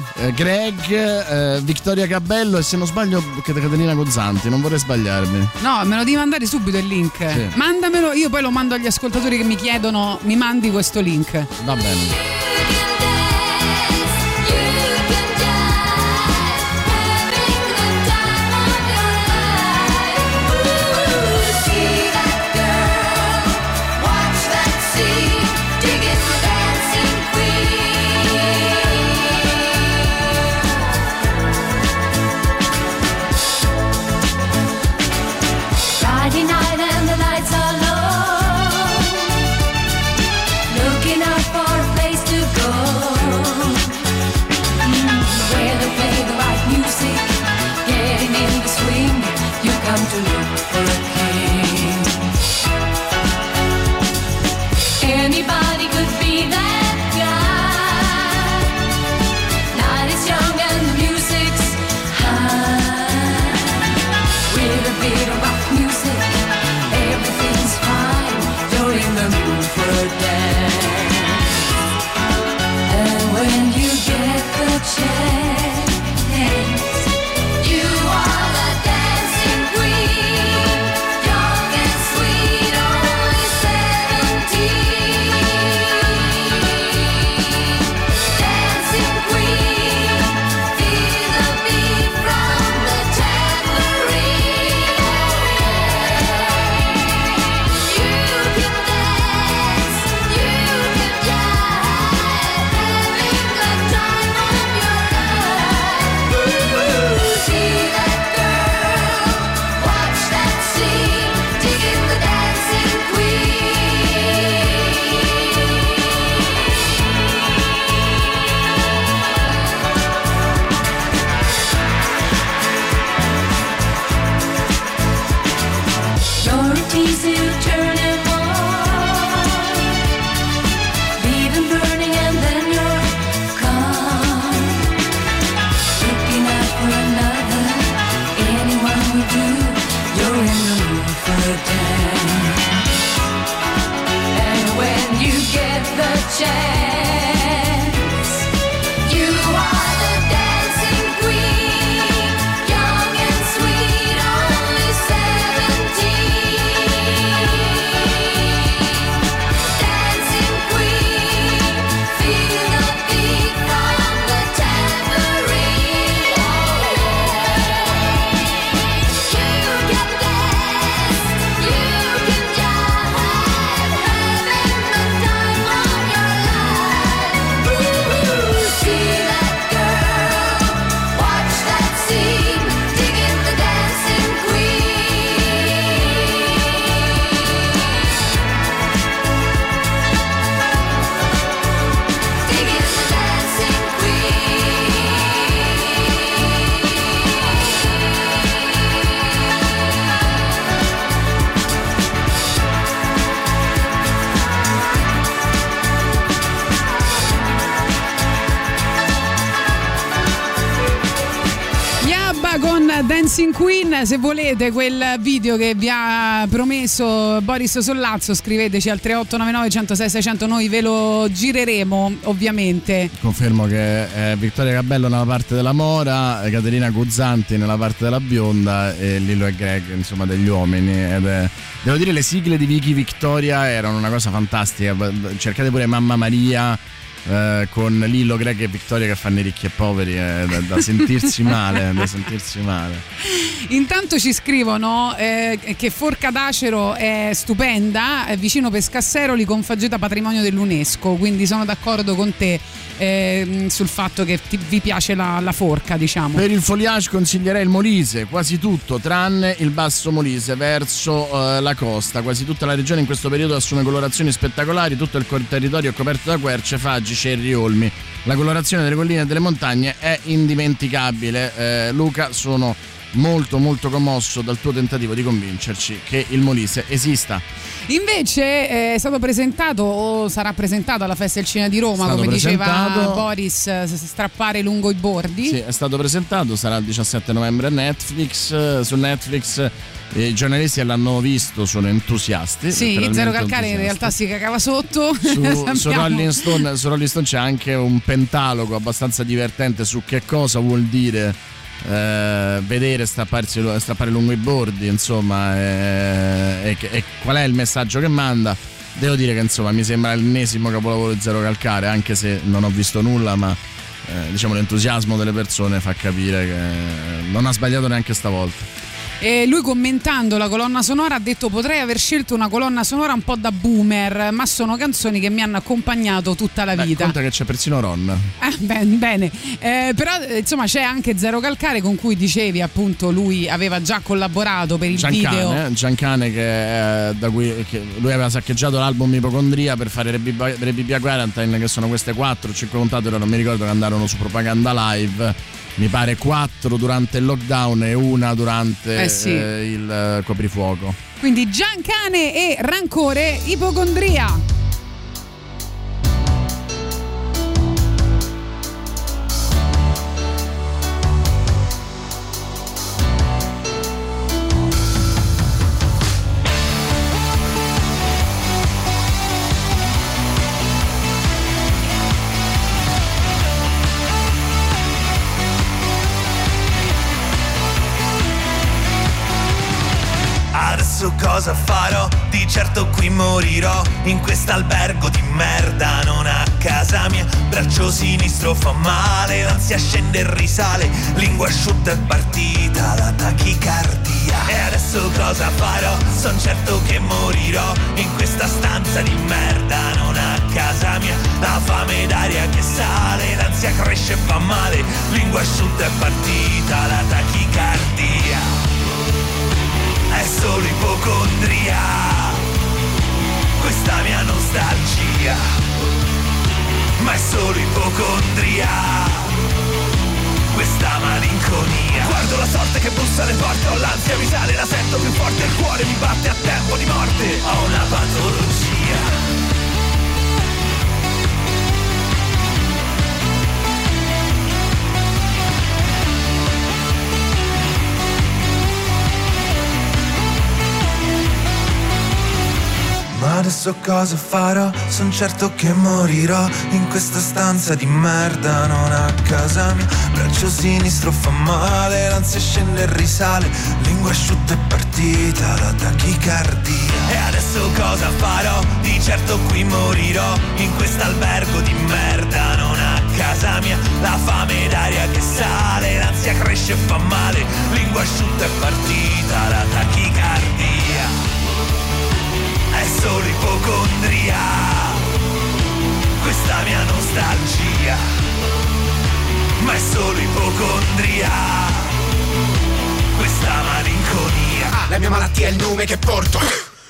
Greg, Vittoria Cabello e se non sbaglio Caterina Guzzanti, non vorrei sbagliarmi. No, me lo devi mandare subito il link. Sì. Mandamelo, io poi lo mando agli ascoltatori che mi chiedono, mi mandi questo link. Va bene. Friday night and the lights are low, looking out for a place to go, where they play the right music, getting in the swing, you come to look for a king. Anybody could be that guy, night is young and the music's high, with a bit of rock music, everything's fine, you're in the mood for a dance. And when you get the chance, you are the dancing queen, young and sweet, only 17. Dancing queen, feel the beat from the tambourine. You can dance, you can jive, having the time of your life. Ooh, see that girl, watch that scene, digging the dancing queen. You're a teaser, you turn him on, leave him burning and then you're gone. Looking out for another, anyone will do, you're in the mood for a dance. And when you get the chance, you are the dancing queen, young and sweet, only 17. Dancing queen, feel the beat from the tambourine. You can dance, you can jive, having the time of your life. Ooh, see that girl, watch that scene, digging the dancing queen. Digging the dancing Gli ABBA con Dancing Queen. Se volete quel video che vi ha promesso Boris Sollazzo, scriveteci al 3899 106 600, noi ve lo gireremo ovviamente. Confermo che è Vittoria Cabello nella parte della Mora, Caterina Guzzanti nella parte della bionda e Lillo e Greg insomma degli uomini. Devo dire, le sigle di Vicky Victoria erano una cosa fantastica. Cercate pure Mamma Maria, con Lillo, Greg e Vittoria che fanno i ricchi e poveri, da sentirsi male, da sentirsi male. Intanto ci scrivono che Forca d'Acero è stupenda, è vicino Pescasseroli, con faggeta patrimonio dell'UNESCO, quindi sono d'accordo con te sul fatto che vi piace la forca, diciamo. Per il foliage consiglierei il Molise, quasi tutto tranne il basso Molise verso la costa. Quasi tutta la regione in questo periodo assume colorazioni spettacolari, tutto il territorio è coperto da querce, faggi, cerri, olmi. La colorazione delle colline e delle montagne è indimenticabile. Luca, sono molto molto commosso dal tuo tentativo di convincerci che il Molise esista. Invece è stato presentato o sarà presentato alla Festa del Cinema di Roma, come diceva Boris, strappare lungo i bordi. Sì, è stato presentato, sarà il 17 novembre a Netflix. Su Netflix i giornalisti l'hanno visto, sono entusiasti. Sì, Zero Calcare in realtà si cagava sotto. Su Rolling Stone c'è anche un pentalogo abbastanza divertente su che cosa vuol dire vedere strappare lungo i bordi, insomma, e qual è il messaggio che manda. Devo dire che insomma mi sembra l'ennesimo capolavoro di Zero Calcare, anche se non ho visto nulla, ma diciamo l'entusiasmo delle persone fa capire che non ha sbagliato neanche stavolta. E lui, commentando la colonna sonora, ha detto: potrei aver scelto una colonna sonora un po' da boomer, ma sono canzoni che mi hanno accompagnato tutta la vita. Conta che c'è persino Ron. Bene. Però insomma c'è anche Zero Calcare, con cui dicevi appunto lui aveva già collaborato per il video. Giancane, che lui aveva saccheggiato l'album Ipocondria per fare Rebibia Quarantine, che sono queste 4 o 5 puntate, ora non mi ricordo, che andarono su Propaganda Live. Mi pare 4 durante il lockdown e una durante il coprifuoco. Quindi Giancane e Rancore, Ipocondria. Adesso cosa farò? Di certo qui morirò in quest'albergo di merda, non a casa mia. Braccio sinistro fa male, l'ansia scende e risale, lingua asciutta è partita la tachicardia. E adesso cosa farò? Son certo che morirò in questa stanza di merda, non a casa mia. La fame d'aria che sale, l'ansia cresce e fa male, lingua asciutta è partita la tachicardia. È solo ipocondria, questa mia nostalgia, ma è solo ipocondria, questa malinconia. Guardo la sorte che bussa alle porte, ho l'ansia, mi sale, la sento più forte, il cuore mi batte a tempo di morte, ho una patologia. Ma adesso cosa farò? Son certo che morirò in questa stanza di merda, non a casa mia. Braccio sinistro fa male, l'ansia scende e risale, lingua asciutta è partita la tachicardia. E adesso cosa farò? Di certo qui morirò in quest'albergo di merda, non a casa mia. La fame d'aria che sale, l'ansia cresce e fa male, lingua asciutta è partita la tachicardia. È solo ipocondria, questa mia nostalgia, ma è solo ipocondria, questa malinconia. La mia malattia è il nome che porto.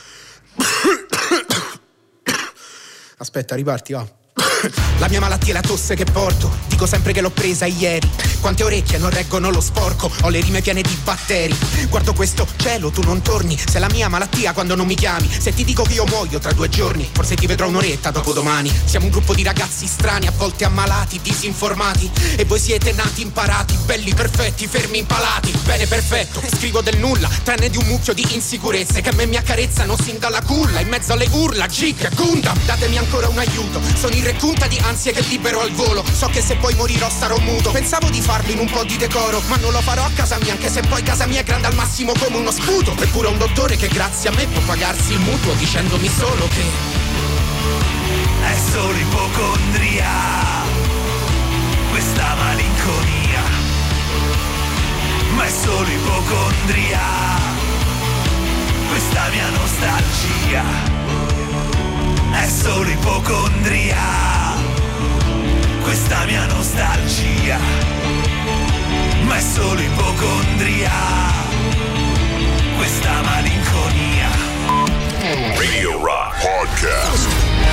Aspetta, riparti, va. La mia malattia è la tosse che porto, dico sempre che l'ho presa ieri. Quante orecchie non reggono lo sporco, ho le rime piene di batteri. Guardo questo cielo, tu non torni, sei la mia malattia quando non mi chiami. Se ti dico che io muoio tra 2 giorni, forse ti vedrò un'oretta dopo domani. Siamo un gruppo di ragazzi strani, a volte ammalati, disinformati. E voi siete nati imparati, belli, perfetti, fermi, impalati. Bene, perfetto, scrivo del nulla, tranne di un mucchio di insicurezze che a me mi accarezzano sin dalla culla. In mezzo alle urla, Gic, Gundam, datemi ancora un aiuto. Sono in recunta di ansie che libero al volo. So che se poi morirò sarò muto. Pensavo di farlo in un po' di decoro, ma non lo farò a casa mia, anche se poi casa mia è grande al massimo come uno sputo. Eppure ho un dottore che grazie a me può pagarsi il mutuo, dicendomi solo che è solo ipocondria, questa malinconia, ma è solo ipocondria, questa mia nostalgia, è solo ipocondria, questa mia nostalgia, ma è solo ipocondria, questa malinconia. Radio Rock Podcast.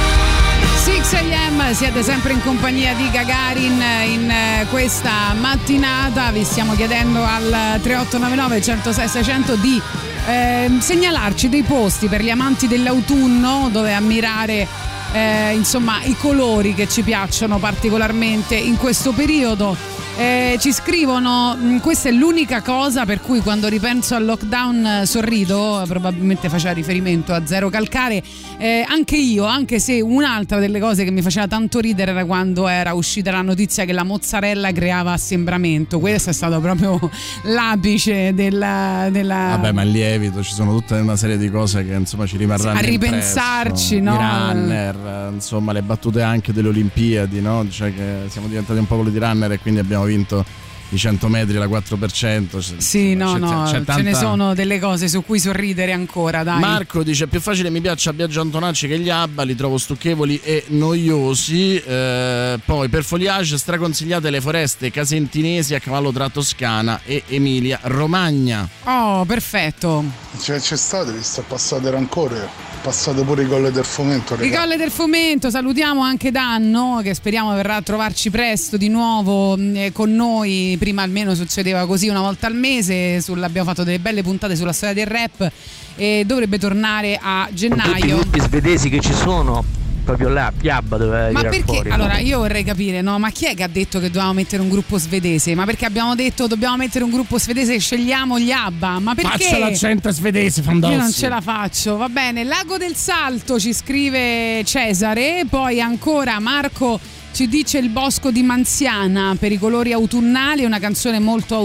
6 AM, siete sempre in compagnia di Gagarin in questa mattinata. Vi stiamo chiedendo al 3899 106 600 di segnalarci dei posti per gli amanti dell'autunno dove ammirare insomma i colori che ci piacciono particolarmente in questo periodo. Ci scrivono: questa è l'unica cosa per cui quando ripenso al lockdown sorrido, probabilmente faceva riferimento a Zero Calcare. Anche io, anche se un'altra delle cose che mi faceva tanto ridere era quando era uscita la notizia che la mozzarella creava assembramento. Questo è stato proprio l'apice della... Vabbè, ma il lievito, ci sono tutta una serie di cose che insomma ci rimarranno a ripensarci, impresso. no? I runner, insomma le battute anche delle Olimpiadi, no? Cioè che siamo diventati un popolo di runner e quindi abbiamo vinto i 100 metri, la 4%. Sì, no, c'è tanta... ce ne sono delle cose su cui sorridere ancora, dai. Marco dice: più facile mi piace a Biagio Antonacci che gli ABBA, li trovo stucchevoli e noiosi. Poi per foliage straconsigliate le foreste casentinesi a cavallo tra Toscana e Emilia Romagna. Oh, perfetto. C'è state, vi sta passate rancore. Passate pure i Colle del Fomento, i Colle del Fomento, salutiamo anche Danno che speriamo verrà a trovarci presto di nuovo con noi. Prima almeno succedeva così una volta al mese, abbiamo fatto delle belle puntate sulla storia del rap e dovrebbe tornare a gennaio. Tutti i gruppi svedesi che ci sono proprio là, Piabba doveva ma tirare perché? fuori. Allora io vorrei capire, no? Ma chi è che ha detto che dovevamo mettere un gruppo svedese? Ma perché abbiamo detto dobbiamo mettere un gruppo svedese e scegliamo gli ABBA? Ma perché? Faccia l'accento svedese, Fandozzi. Io non ce la faccio, va bene. Lago del Salto ci scrive Cesare, poi ancora Marco ci dice il Bosco di Manziana per i colori autunnali, è una canzone molto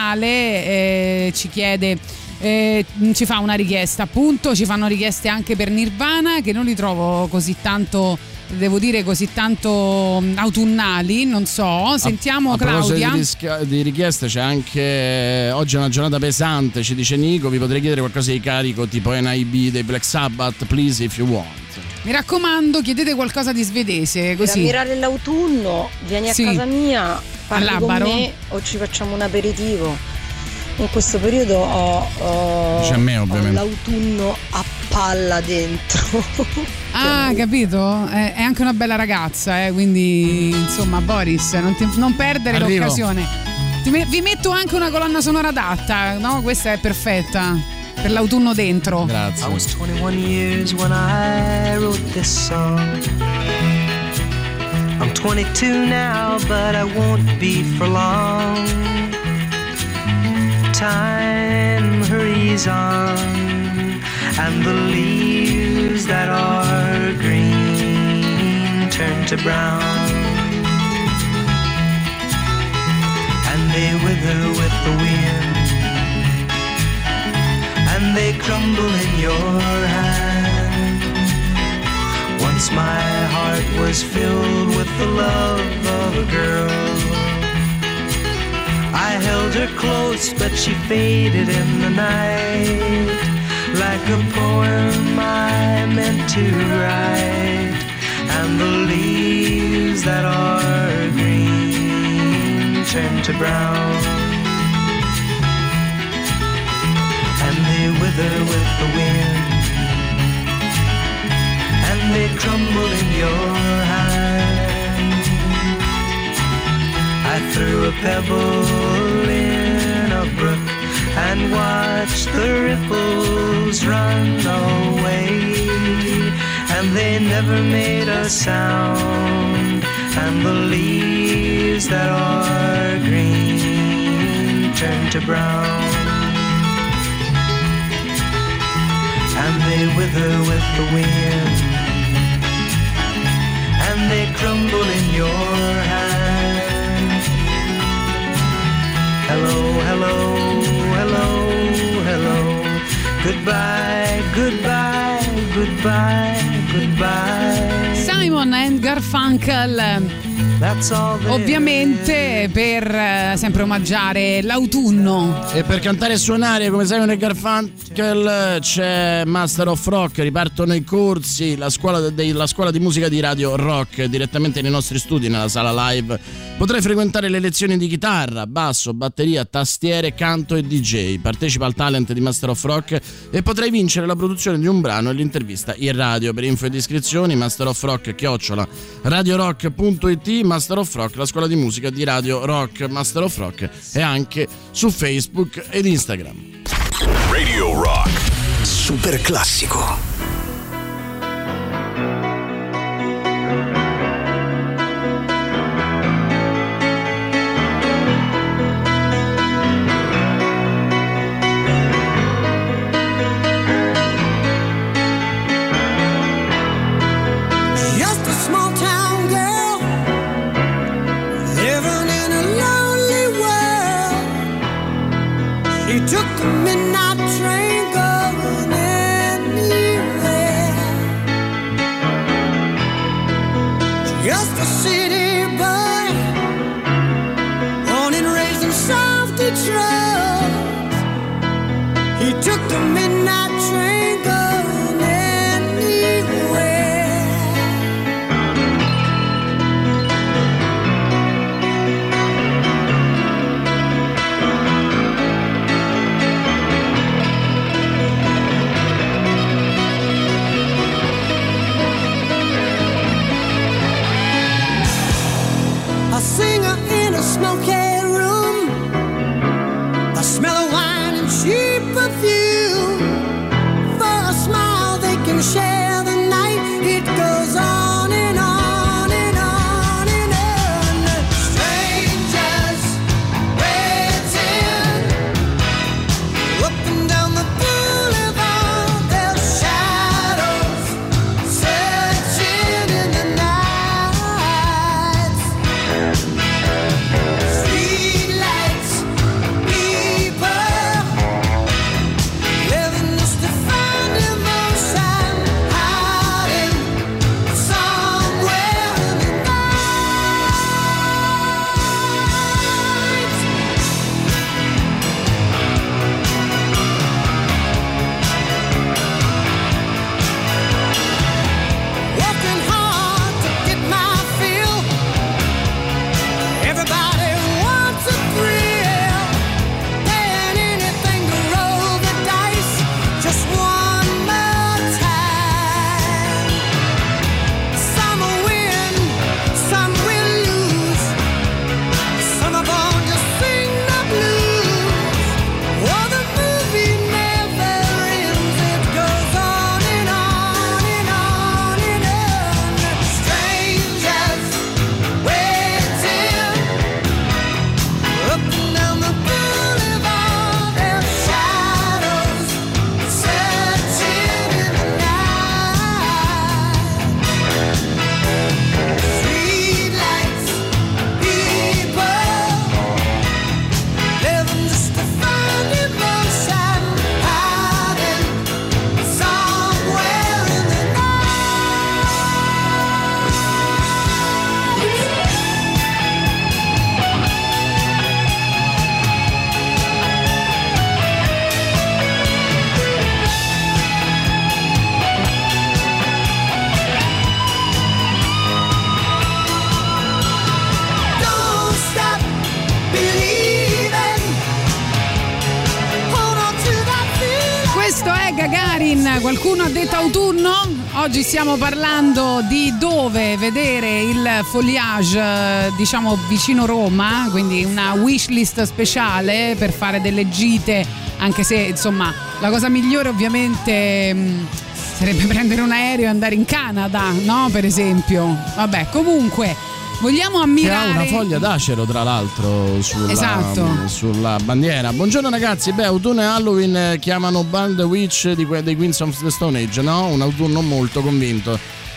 autunnale, ci chiede... ci fa una richiesta, appunto. Ci fanno richieste anche per Nirvana, che non li trovo così tanto, devo dire, così tanto autunnali, non so. Sentiamo a Claudia. Di richieste c'è anche oggi è una giornata pesante, ci dice Nico, vi potrei chiedere qualcosa di carico tipo NIB dei Black Sabbath, please if you want. Mi raccomando, chiedete qualcosa di svedese, così. Per ammirare l'autunno vieni a casa mia, parli con me o ci facciamo un aperitivo. In questo periodo ho l'autunno a palla dentro. Ah, capito? È anche una bella ragazza, quindi insomma, Boris, non perdere l'occasione. Vi metto anche una colonna sonora adatta, no? Questa è perfetta per l'autunno dentro. Grazie. I was 21 years when I wrote this song. I'm 22 now, but I won't be for long. Time hurries on, and the leaves that are green turn to brown, and they wither with the wind, and they crumble in your hand. Once my heart was filled with the love of a girl, I held her close, but she faded in the night, like a poem I meant to write. And the leaves that are green turn to brown, and they wither with the wind, and they crumble in your hand. I threw a pebble in a brook and watched the ripples run away, and they never made a sound, and the leaves that are green turn to brown, and they wither with the wind, and they crumble in your hand. Hello, hello, hello, hello. Goodbye, goodbye, goodbye, goodbye. Simon Garfunkel, ovviamente per sempre omaggiare l'autunno. E per cantare e suonare come Simon e Garfunkel c'è Master of Rock, ripartono i corsi, la scuola di musica di Radio Rock direttamente nei nostri studi, nella sala live. Potrai frequentare le lezioni di chitarra, basso, batteria, tastiere, canto e DJ. Partecipa al talent di Master of Rock e potrai vincere la produzione di un brano e l'intervista in radio. Per info ed iscrizioni masterofrock@radiorock.it. Master of Rock, la scuola di musica di Radio Rock. Master of Rock è anche su Facebook ed Instagram. Radio Rock Super classico. Took the midnight train going anywhere. Just a city boy, born and raised in South Detroit. He took the midnight train going anywhere. A singer in a smoky room, the smell of wine and cheap perfume. For a smile they can share the night. It goes on and on and on and on. Strangers waiting up and down the boulevard, their shadows searching in the night. Streetlights, people living just to find emotion, hiding somewhere in the working hard to get my fill. Everybody wants a thrill, paying anything to roll the dice just one more time. Some will win, some will lose. Some are born to sing the blues. Oh, the movie never ends. It goes on and on and on and on. Strangers waiting up and down the boulevard, their shadows searching in the night. Streetlights, people living just to find emotion, hiding somewhere in the Don't stop believing. Hold on to that feeling. Questo è Gagarin, qualcuno ha detto autunno? Oggi stiamo parlando di dove vedere il foliage, diciamo vicino Roma, quindi una wishlist speciale per fare delle gite, anche se insomma la cosa migliore ovviamente sarebbe prendere un aereo e andare in Canada, no? Per esempio. Vabbè, comunque vogliamo ammirare. Che ha una foglia d'acero, tra l'altro, sulla bandiera. Buongiorno ragazzi, autunno e Halloween chiamano Burn the Witch dei Queens of the Stone Age, no? Un autunno molto convinto.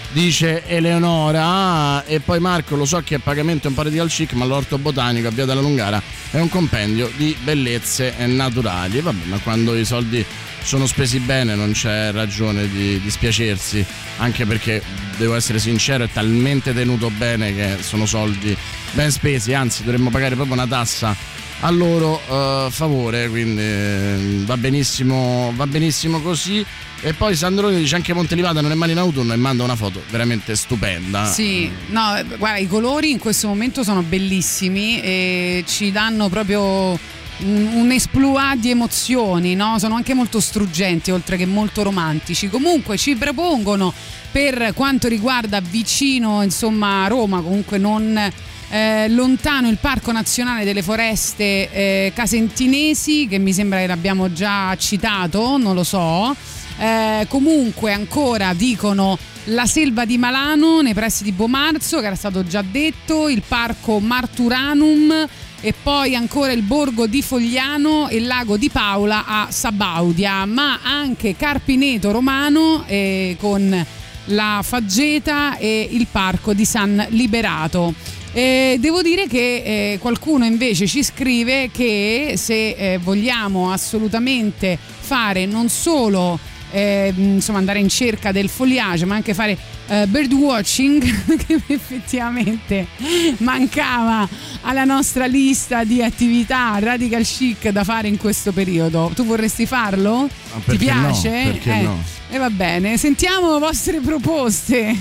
dice Eleonora. E poi Marco, lo so che è pagamento un po' radical chic, ma l'orto botanico a Via della Lungara è un compendio di bellezze naturali. E vabbè, ma quando i soldi sono spesi bene non c'è ragione di dispiacersi, anche perché devo essere sincero, è talmente tenuto bene che sono soldi ben spesi, anzi dovremmo pagare proprio una tassa a loro favore, quindi va benissimo così. E poi Sandrone dice anche Montelivata non è male in autunno e manda una foto veramente stupenda. Sì, no, guarda, i colori in questo momento sono bellissimi e ci danno proprio un esploit di emozioni, no? Sono anche molto struggenti oltre che molto romantici. Comunque ci propongono, per quanto riguarda vicino, insomma, Roma, comunque non lontano, il Parco Nazionale delle Foreste Casentinesi, che mi sembra che l'abbiamo già citato, non lo so. Comunque ancora dicono la Selva di Malano nei pressi di Bomarzo, che era stato già detto, il Parco Marturanum, e poi ancora il Borgo di Fogliano e il Lago di Paola a Sabaudia, ma anche Carpineto Romano con la Faggeta e il Parco di San Liberato. Devo dire che qualcuno invece ci scrive che se vogliamo assolutamente fare non solo insomma andare in cerca del foliage, ma anche fare birdwatching, che effettivamente mancava alla nostra lista di attività radical chic da fare in questo periodo. Tu vorresti farlo? Ti piace? No, perché no? E va bene, sentiamo vostre proposte.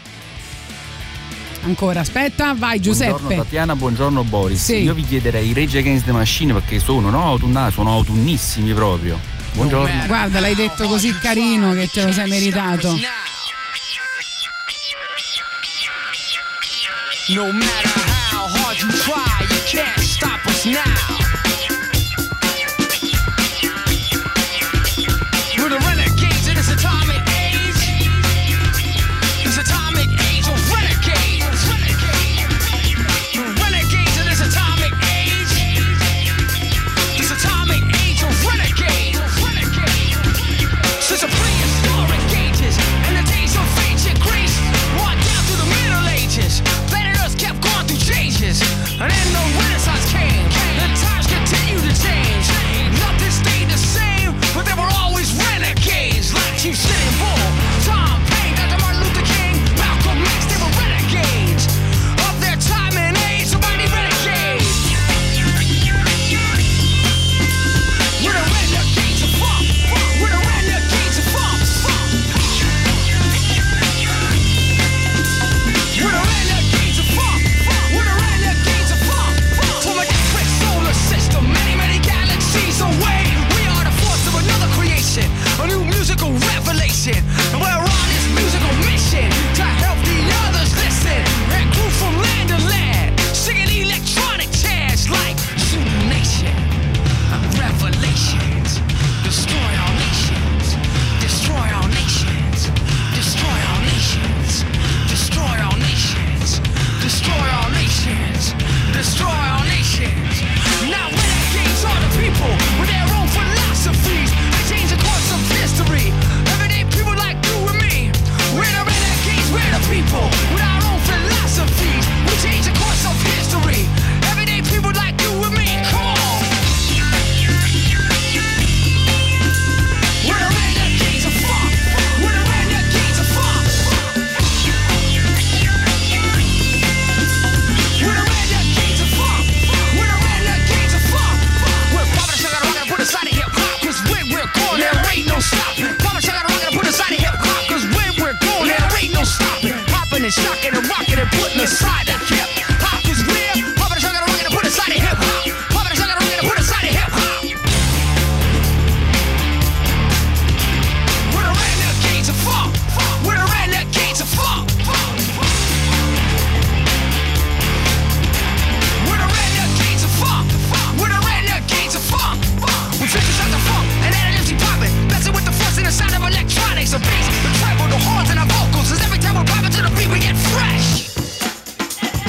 Ancora, aspetta, vai Giuseppe. Buongiorno Tatiana, buongiorno Boris. Sì. Io vi chiederei Rage Against the Machine, perché sono autunnissimi proprio. Buongiorno. Guarda, l'hai detto così carino che te lo sei meritato. No matter how hard you try, you can't stop us now. We're the renegades in this atomic age. This atomic age of renegades. Renegades in this atomic age. This atomic age of renegades. Since the prehistoric ages and the days of ancient Greece, right down to the Middle Ages, planet Earth kept going through changes, and then the Renaissance came, and times continue to change. Nothing stayed the same, but there were always renegades, like Chief Sitting Bull, Tom Paine, Dr. Martin Luther King, Malcolm X. They were renegades of their time and age. Somebody renegades. We're the renegades of funk. We're the renegades of funk. We're the renegades of funk. We're the renegades of funk. From a different solar system, many, many galaxies away, we are the force of another creation, a new musical revelation. And we're on this musical mission to help the others listen and grew from land to land, singing electronic chants like Zulu Nation, Revelations, destroy our nations, destroy our nations, destroy our nations, destroy our nations, destroy our nations, destroy our nations. Now renegades are the people with their own philosophies. They change the course of history. Everyday people like you and me. We're the renegades, we're the people with our own philosophies. We change the course of history. Everyday people like you and me. Come on. We're the renegades of funk. We're the renegades of funk. We're the renegades of funk. We're the renegades of funk. We're poppin' sugar, we're gonna put aside the hip hop, 'cause when we're gone there ain't no stopping. Poppin' sugar, we're gonna put aside the hip hop, 'cause when we're gone there ain't no stopping. Poppin' and shocking and rocking and putting aside the hip hop, 'cause we're poppin' sugar, we're gonna put aside the hip hop. Poppin' sugar, we're gonna put aside the hip hop. We're the renegades of funk. We're the renegades of funk. We're the renegades of funk. We're the renegades of funk. We finish out the funk and then energy popping, messing with the force and the sound of electronics, the bass, the treble, the horns and the vocals. 'Cause every time we're popping to the beat, we get fresh.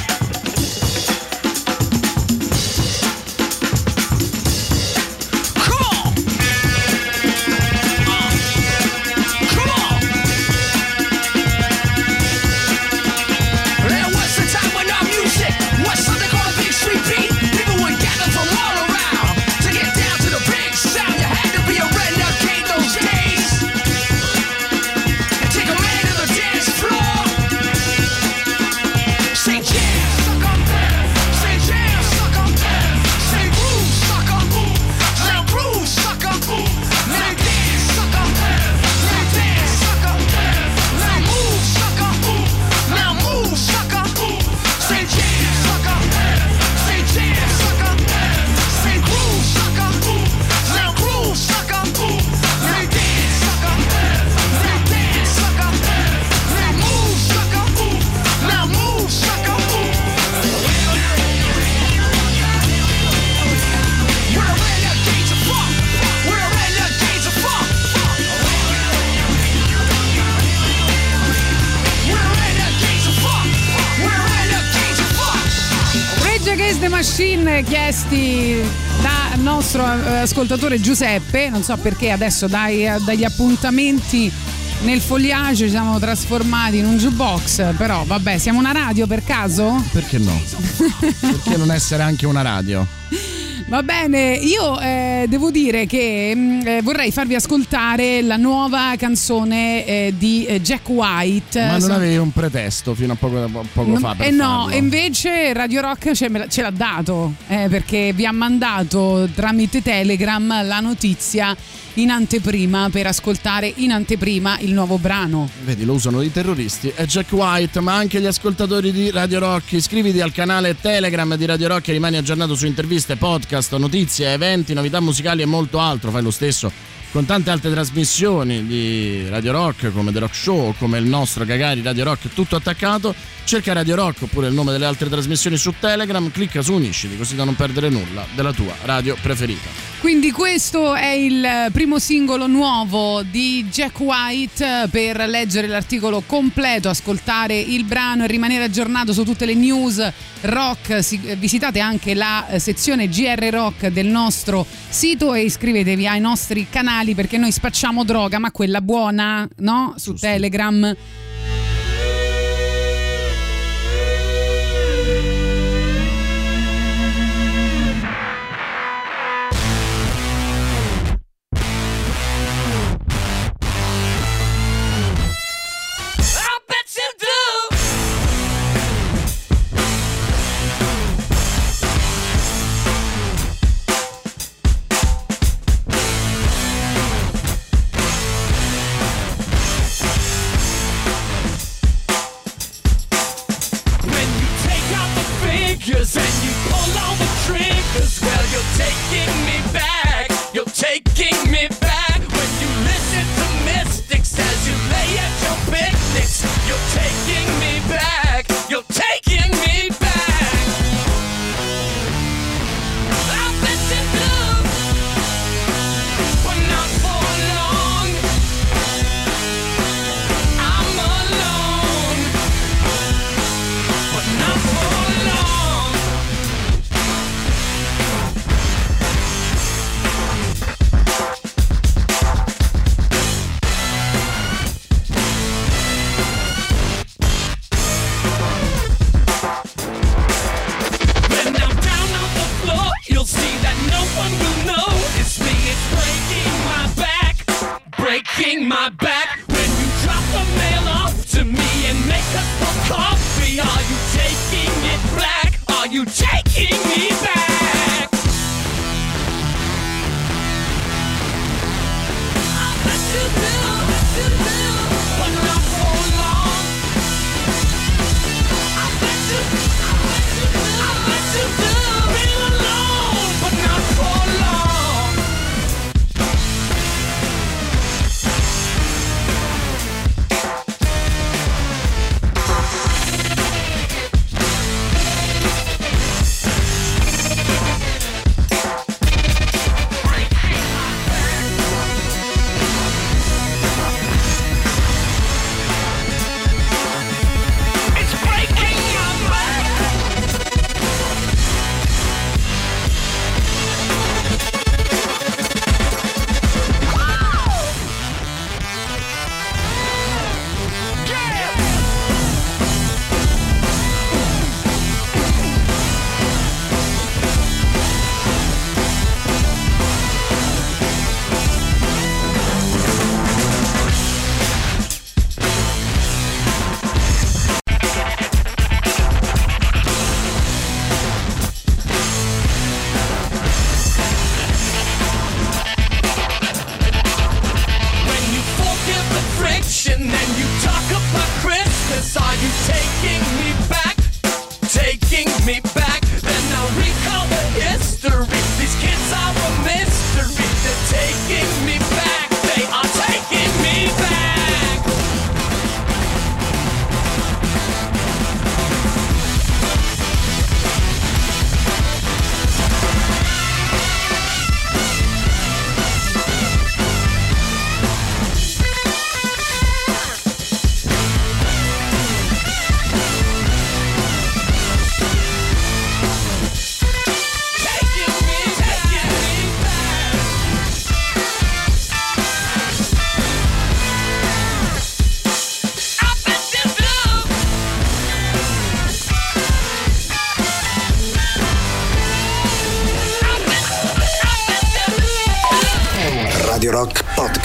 Machine chiesti dal nostro ascoltatore Giuseppe, non so perché adesso dagli appuntamenti nel fogliage ci siamo trasformati in un jukebox, però vabbè, siamo una radio per caso? Perché no? Perché non essere anche una radio? Va bene, io devo dire che vorrei farvi ascoltare la nuova canzone di Jack White. Ma non avevi un pretesto fino a poco fa per no, farlo. e invece Radio Rock ce l'ha dato, perché vi ha mandato tramite Telegram la notizia in anteprima per ascoltare in anteprima il nuovo brano. Vedi, lo usano i terroristi. È Jack White, ma anche gli ascoltatori di Radio Rock. Iscriviti al canale Telegram di Radio Rock e rimani aggiornato su interviste, podcast, notizie, eventi, novità musicali e molto altro. Fai lo stesso con tante altre trasmissioni di Radio Rock, come The Rock Show, come il nostro Gagari Radio Rock, tutto attaccato. Cerca Radio Rock oppure il nome delle altre trasmissioni su Telegram, clicca su Unisciti così da non perdere nulla della tua radio preferita. Quindi questo è il primo singolo nuovo di Jack White. Per leggere l'articolo completo, ascoltare il brano e rimanere aggiornato su tutte le news rock, visitate anche la sezione GR Rock del nostro sito e iscrivetevi ai nostri canali, perché noi spacciamo droga, ma quella buona, no? Su Telegram.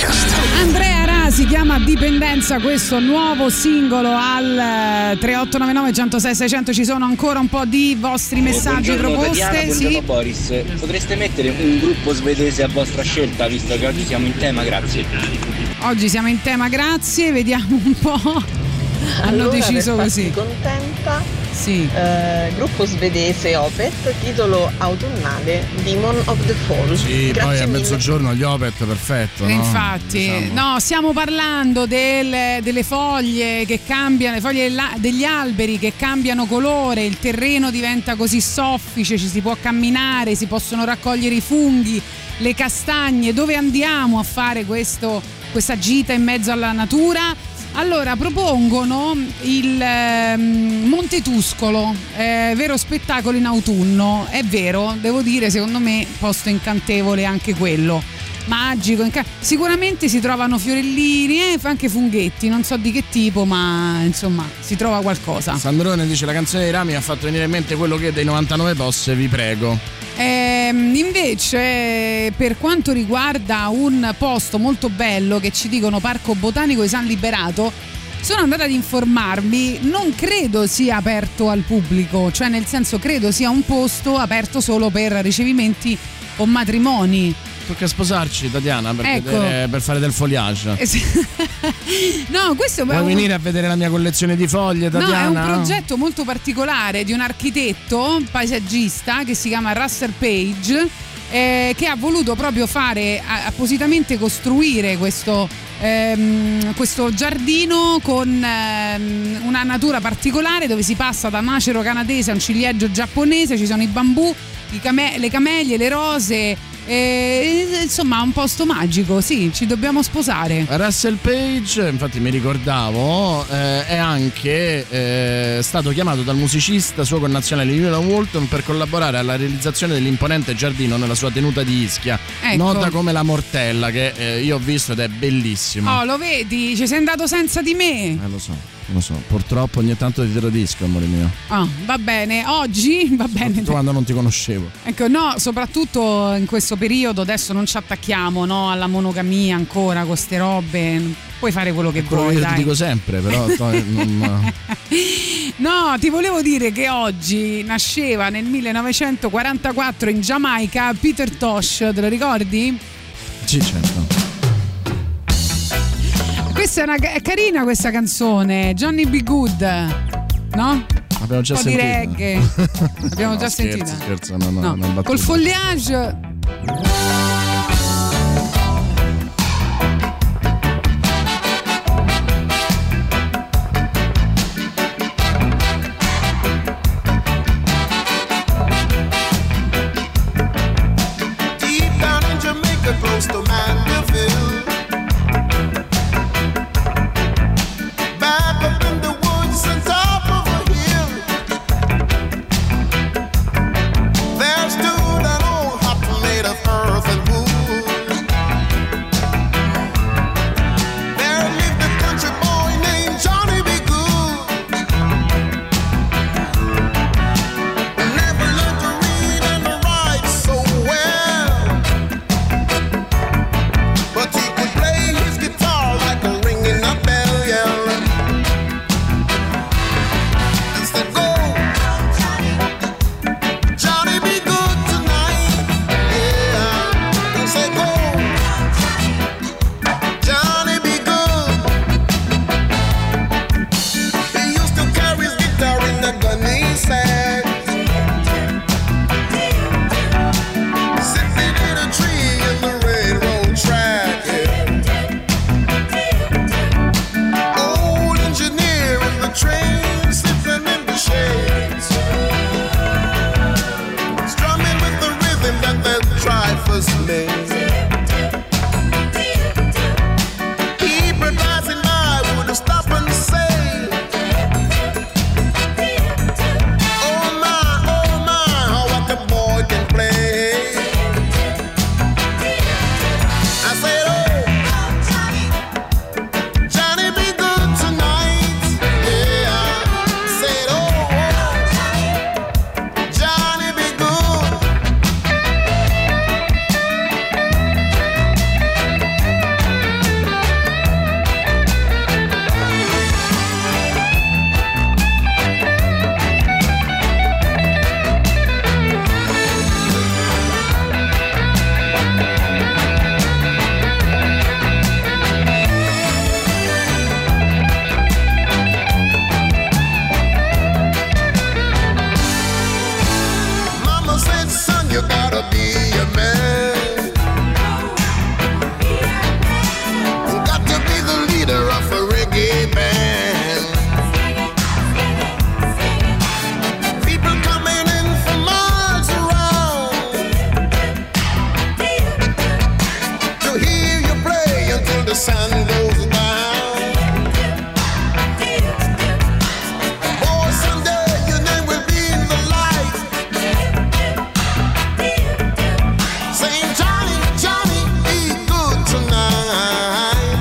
podcast. Andrea Ra si chiama Dipendenza, questo nuovo singolo al 3899 106 600. Ci sono ancora un po' di vostri messaggi, proposte. Tatiana, buongiorno sì. Boris, potreste mettere un gruppo svedese a vostra scelta, visto che oggi siamo in tema, grazie. Oggi siamo in tema, grazie, vediamo un po'. Hanno Allora, deciso per così. farti contenta, sì. Gruppo svedese Opeth, titolo autunnale Demon of the Fall. Sì, Grazie poi a mille. mezzogiorno gli Opeth, perfetto. No? Infatti, Diciamo. no, stiamo parlando delle foglie che cambiano, le foglie degli alberi che cambiano colore, il terreno diventa così soffice, ci si può camminare, si possono raccogliere i funghi, le castagne. Dove andiamo a fare questa gita in mezzo alla natura? Allora, propongono il Monte Tuscolo, vero spettacolo in autunno. È vero, devo dire, secondo me posto incantevole anche quello, magico, sicuramente si trovano fiorellini e anche funghetti, non so di che tipo, ma insomma si trova qualcosa. Sandrone dice: la canzone dei rami ha fatto venire in mente quello che dei 99 posse, vi prego. Invece, per quanto riguarda un posto molto bello che ci dicono Parco Botanico di San Liberato, sono andata ad informarmi, non credo sia aperto al pubblico, cioè nel senso credo sia un posto aperto solo per ricevimenti o matrimoni. Tocca sposarci, Tatiana, Ecco. per fare del foliage. No, questo Vuoi venire a vedere la mia collezione di foglie, Tatiana? No, è un progetto molto particolare di un architetto paesaggista che si chiama Russell Page, che ha voluto proprio fare appositamente costruire questo giardino con una natura particolare, dove si passa da un acero canadese a un ciliegio giapponese, ci sono i bambù, le camelie, le rose. Insomma, un posto magico, sì, ci dobbiamo sposare. Russell Page, infatti mi ricordavo, è anche stato chiamato dal musicista suo connazionale William Walton per collaborare alla realizzazione dell'imponente giardino nella sua tenuta di Ischia, Ecco. nota come la Mortella, che io ho visto ed è bellissimo. Oh, lo vedi? Ci sei andato senza di me. Lo so, purtroppo ogni tanto ti tradisco, amore mio. Va bene, oggi va bene. Soprattutto quando non ti conoscevo. Ecco, no, soprattutto in questo periodo adesso non ci attacchiamo, no, alla monogamia ancora con ste robe. Puoi fare quello che Quello vuoi, che io dai. ti dico sempre, però non... No, ti volevo dire che oggi nasceva nel 1944 in Giamaica Peter Tosh, te lo ricordi? Sì, certo. Questa è carina questa canzone, Johnny B. Good, no? Abbiamo già un po' di sentita. reggae. Abbiamo No, già scherzo, sentita. Scherzo, no, No, non col foliage. Deep down in Jamaica, close to Mandeville. Back up in the woods on top of a hill, there stood an old hot sun goes down. Oh, someday your name will be in the light, saying Johnny, Johnny, be good tonight.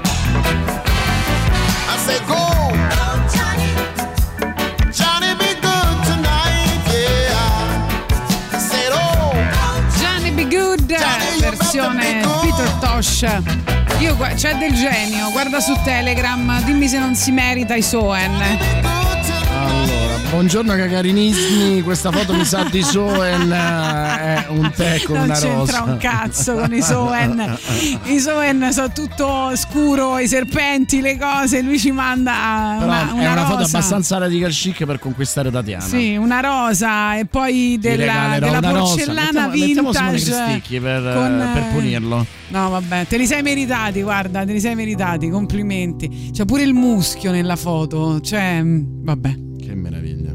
I say go, Johnny, Johnny, be good tonight, yeah. I said oh, Johnny Be Good, versione Peter Tosh. C'è del genio, guarda su Telegram, dimmi se non si merita i Soen. Allora, buongiorno cagarinismi, questa foto mi sa di Soen, è un tè con una rosa. Non c'entra un cazzo con i Soen. I Soen sono tutto scuro, i serpenti, le cose, lui ci manda una è una foto rosa. abbastanza radical chic per conquistare Tatiana. Sì, una rosa e poi della porcellana mettiamo Simone vintage Cristicchi per punirlo. No, vabbè, te li sei meritati, guarda, te li sei meritati, complimenti. C'è pure il muschio nella foto, cioè, vabbè. Che meraviglia.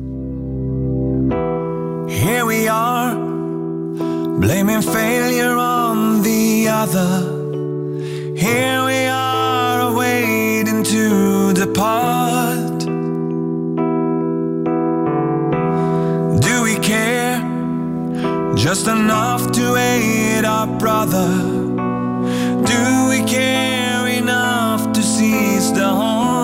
here we are, blaming failure on the other. Here we are, waiting to depart. Do we care just enough to aid our brother? Do we care enough to seize the home?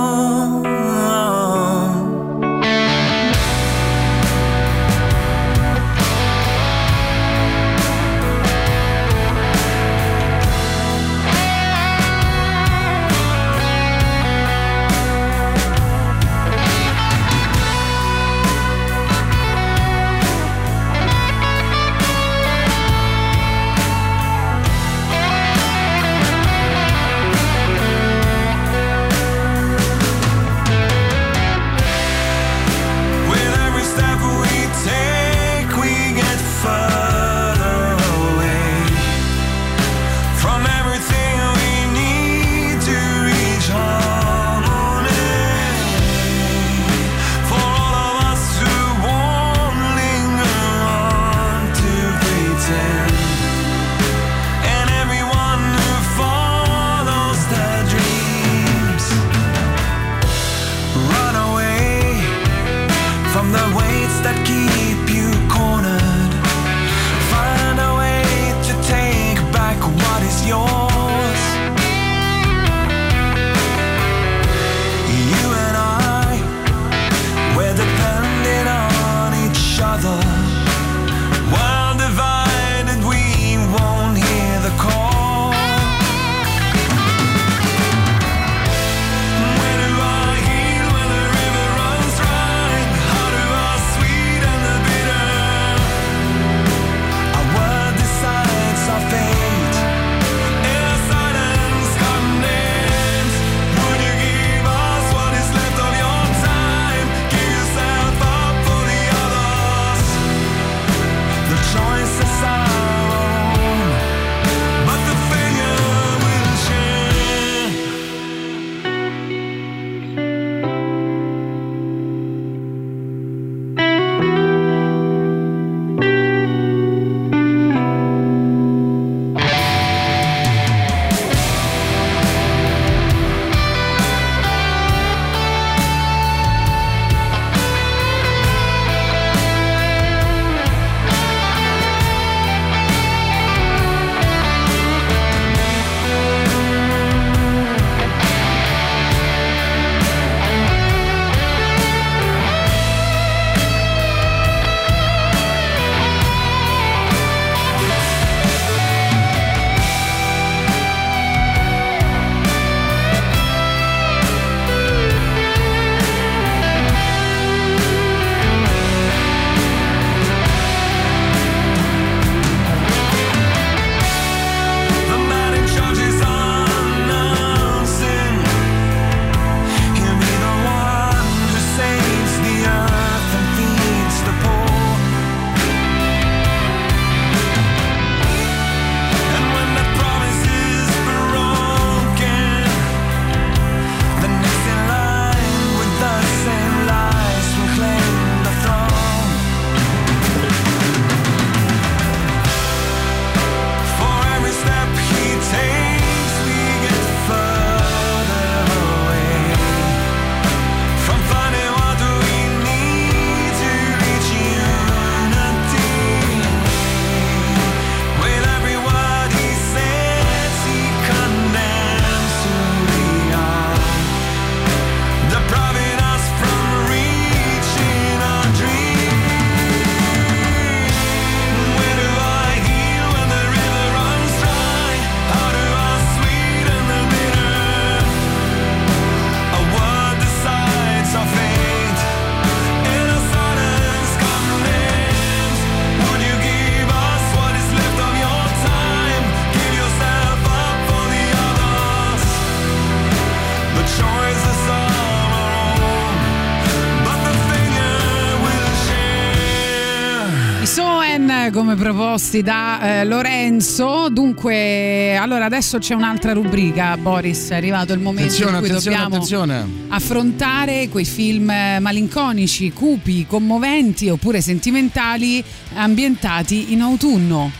come proposti da Lorenzo. Dunque, allora adesso c'è un'altra rubrica, Boris, è arrivato il momento in cui dobbiamo affrontare quei film malinconici, cupi, commoventi oppure sentimentali ambientati in autunno.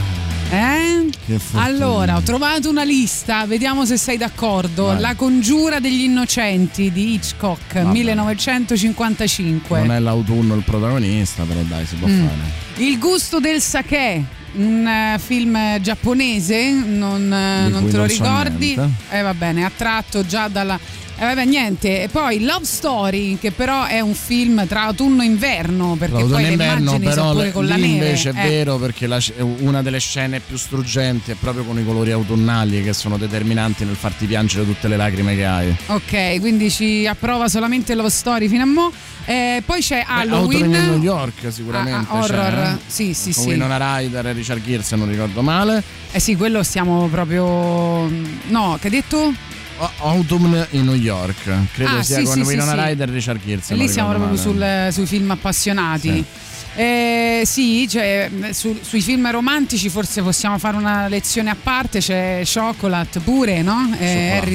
Allora, ho trovato una lista, vediamo se sei d'accordo. Vai. La congiura degli innocenti di Hitchcock, 1955. Non è l'autunno il protagonista, però dai, si può fare. Il gusto del sake, un film giapponese, non te lo ricordi? Va bene, attratto già dalla... vabbè, niente. E poi Love Story, che però è un film tra autunno e inverno, perché poi le immagini sono pure con la neve. Invece è vero, perché una delle scene più struggenti è proprio con i colori autunnali, che sono determinanti nel farti piangere tutte le lacrime che hai. Ok, quindi ci approva solamente Love Story fino a mo'. Poi c'è Halloween in New York, sicuramente horror, c'è, sì. Con Winona Ryder e Richard Gere, se non ricordo male. Sì, quello stiamo proprio... No, che hai detto? Autumn in New York, credo sia con Winona Ryder e Richard Gere. Lì siamo proprio sui film appassionati. Sì, cioè, sui film romantici forse possiamo fare una lezione a parte. C'è Chocolate pure, no? Harry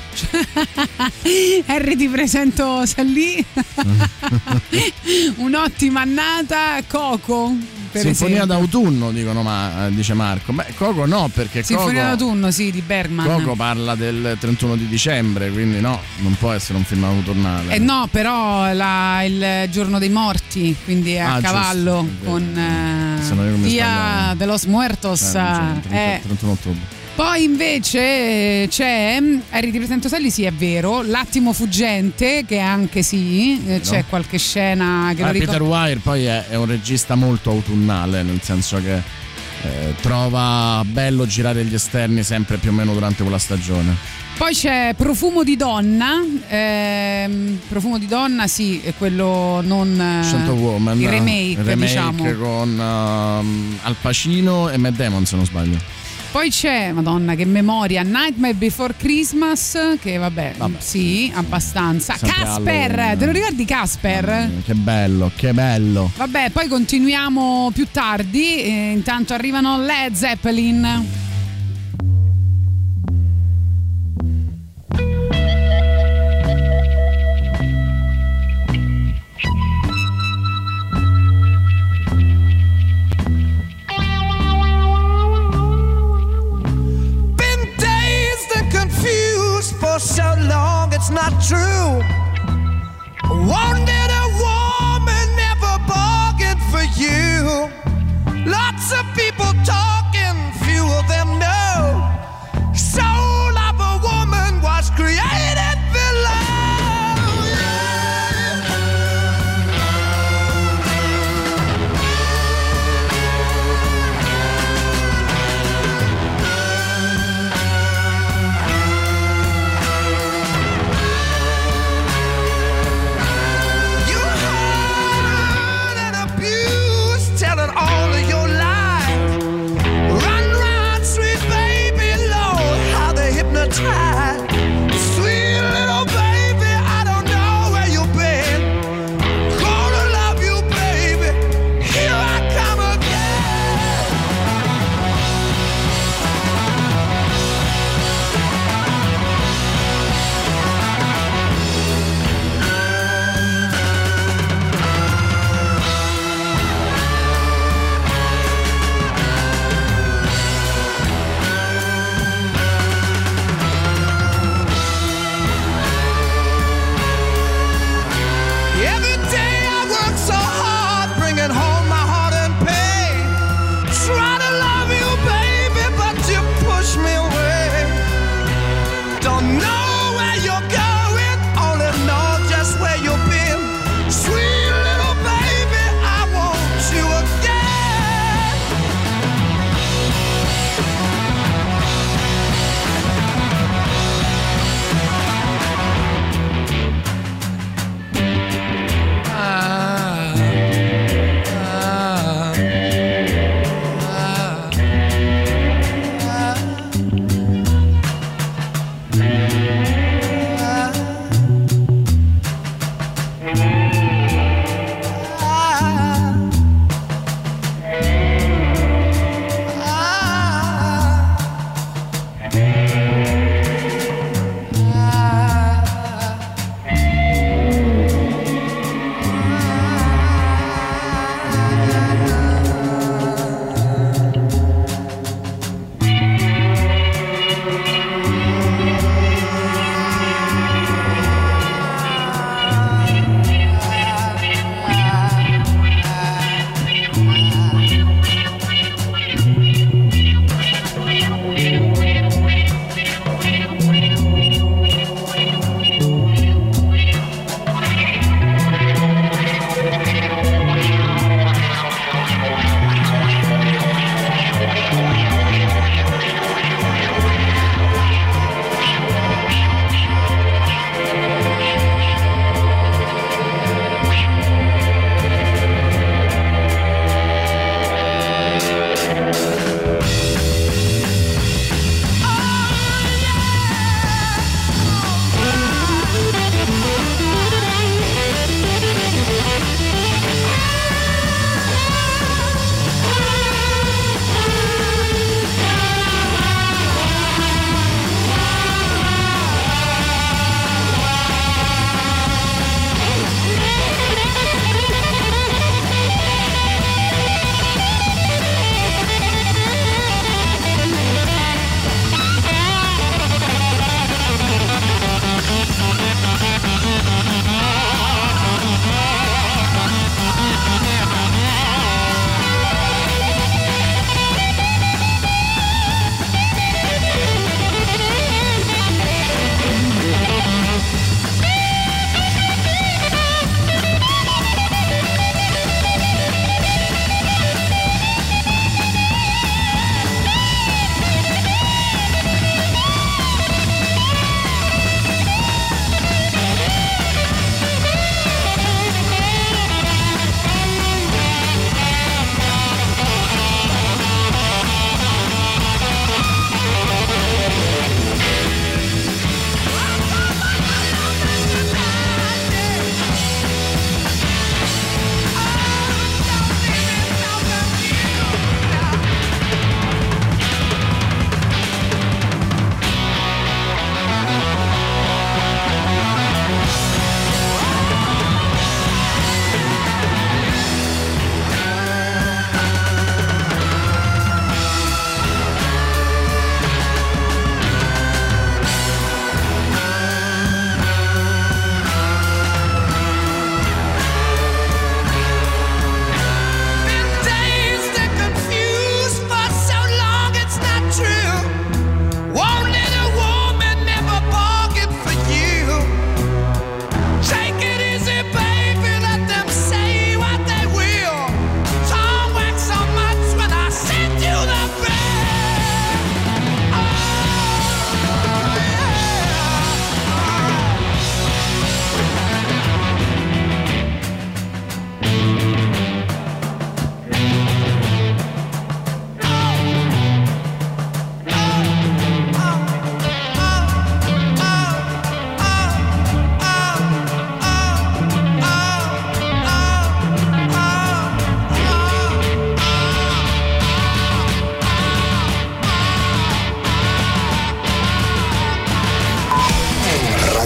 ti presento Sally. Un'ottima annata. Coco, Sinfonia d'autunno dice Marco. Beh, Coco no, perché Sinfonia d'autunno, sì, di Bergman. Coco parla del 31 di dicembre, quindi no, non può essere un film autunnale. No, però il giorno dei morti, quindi è a cavallo con Dia de los Muertos. 31 ottobre. Poi invece c'è Harry ti presento Sally, sì, è vero. L'attimo fuggente, che anche c'è qualche scena che lo ricorda. Peter Weir poi è un regista molto autunnale, nel senso che trova bello girare gli esterni sempre più o meno durante quella stagione. Poi c'è Profumo di donna, Profumo di donna, sì, è quello non Woman, il remake diciamo, con Al Pacino e Matt Damon, se non sbaglio. Poi c'è, Madonna che memoria, Nightmare Before Christmas, che vabbè. Sì, abbastanza. Casper, te lo ricordi Casper? Che bello. Vabbè, poi continuiamo più tardi, intanto arrivano Led Zeppelin. For so long it's not true. Wanted a woman, never bargained for you. Lots of people talking, few of them know. Soul of a woman was created below. Sweet little baby, I don't know where you've been. Gonna love you, baby. Here I come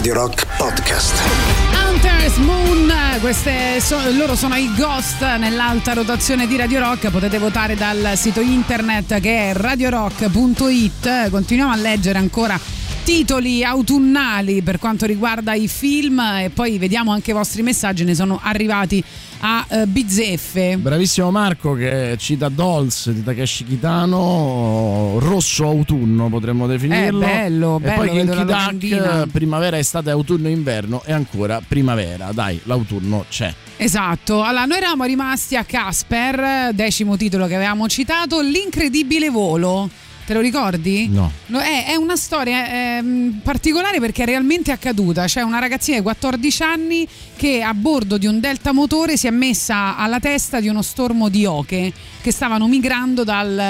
Radio Rock Podcast. Hunter's Moon, loro sono i Ghost nell'alta rotazione di Radio Rock. Potete votare dal sito internet che è radiorock.it. Continuiamo a leggere ancora titoli autunnali per quanto riguarda i film e poi vediamo anche i vostri messaggi, ne sono arrivati a bizzeffe. Bravissimo Marco che cita Dolls di Takeshi Kitano, rosso autunno potremmo definirlo. Bello, e poi vedo Kinky la Duck, locandina. primavera, estate, autunno, inverno e ancora primavera. Dai, l'autunno c'è. Esatto, allora noi eravamo rimasti a Casper, 10° titolo che avevamo citato, L'incredibile volo. Te lo ricordi? No. È una storia particolare perché è realmente accaduta. C'è una ragazzina di 14 anni che a bordo di un delta motore si è messa alla testa di uno stormo di oche che stavano migrando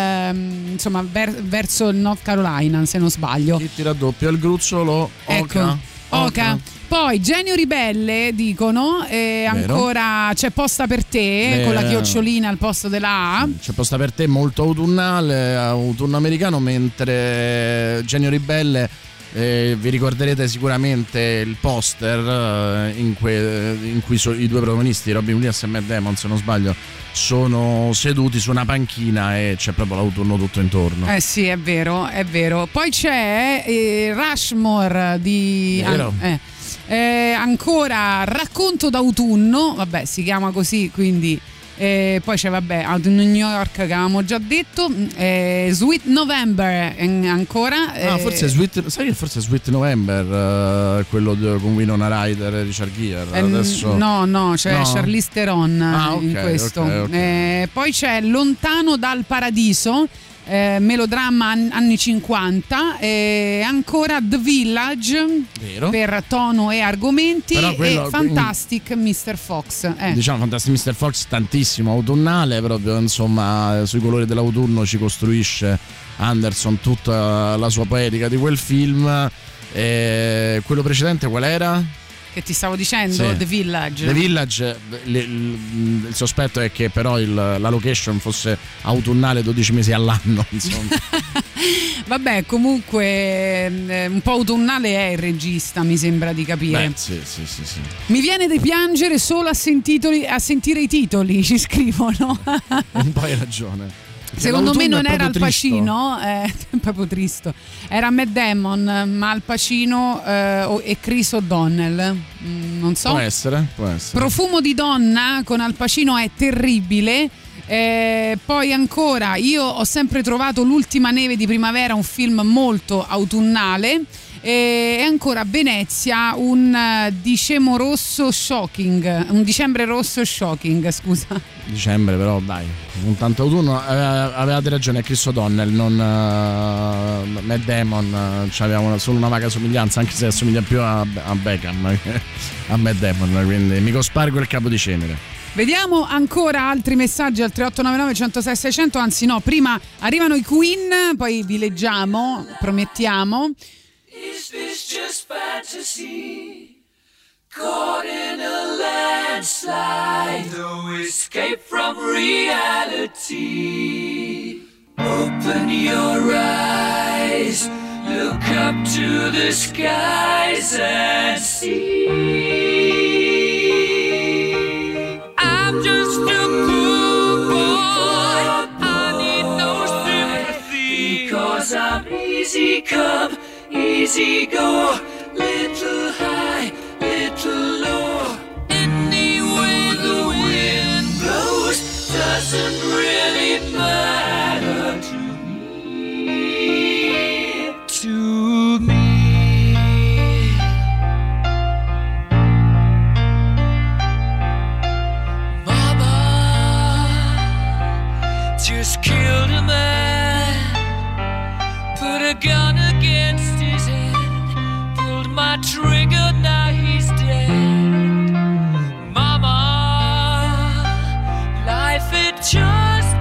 verso il North Carolina, se non sbaglio. Chi ti raddoppia il gruzzolo? Ecco, Oca. Poi Genio Ribelle dicono, ancora c'è Posta per te con la chiocciolina al posto della A. C'è Posta per te molto autunnale, autunno americano, mentre Genio Ribelle, vi ricorderete sicuramente il poster in cui i due protagonisti, Robin Williams e Matt Damon, se non sbaglio, sono seduti su una panchina e c'è proprio l'autunno tutto intorno. Sì, è vero. Poi c'è Rushmore di ancora Racconto d'autunno, vabbè, si chiama così, quindi poi c'è Autunno New York che avevamo già detto, Sweet November ancora. Forse Sweet November, quello con Winona Ryder e Richard Gere. Adesso no, c'è Charlize Theron in questo. Okay. Poi c'è Lontano dal paradiso, melodramma anni 50, ancora The Village. Vero. Per tono e argomenti, e Fantastic Mr. Fox. Diciamo Fantastic Mr. Fox tantissimo autunnale, proprio insomma sui colori dell'autunno ci costruisce Anderson tutta la sua poetica di quel film. Quello precedente qual era? Che ti stavo dicendo, sì. The Village, il sospetto è che però la location fosse autunnale 12 mesi all'anno, insomma. Vabbè, comunque un po' autunnale è il regista, mi sembra di capire. Sì. Mi viene da piangere solo a sentire i titoli, ci scrivono. Un po' hai ragione. Secondo me non era Al Pacino, è proprio tristo. Era Matt Damon, ma Al Pacino e Chris O'Donnell. Non so. Può essere. Profumo di donna con Al Pacino è terribile. Poi ancora io ho sempre trovato L'ultima neve di primavera un film molto autunnale. E ancora Venezia, un dicembre rosso shocking, scusa. Dicembre però dai, un tanto autunno, avevate ragione, è Chris O'Donnell, non Matt Damon, aveva solo una vaga somiglianza, anche se assomiglia più a Beckham che a Matt Damon, quindi mi cospargo il capo di cenere. Vediamo ancora altri messaggi al 3899 106 600, anzi no, prima arrivano i Queen, poi vi leggiamo, promettiamo. Is this just fantasy? Caught in a landslide, no escape from reality. Open your eyes, look up to the skies and see. I'm just a poor boy, I need no sympathy, because I'm easy come, easy go, little high, little low. Any way the wind blows doesn't really matter to me. To me. Mama just killed a man, put a gun against his head, pulled my trigger, now he's dead. Mama, life it just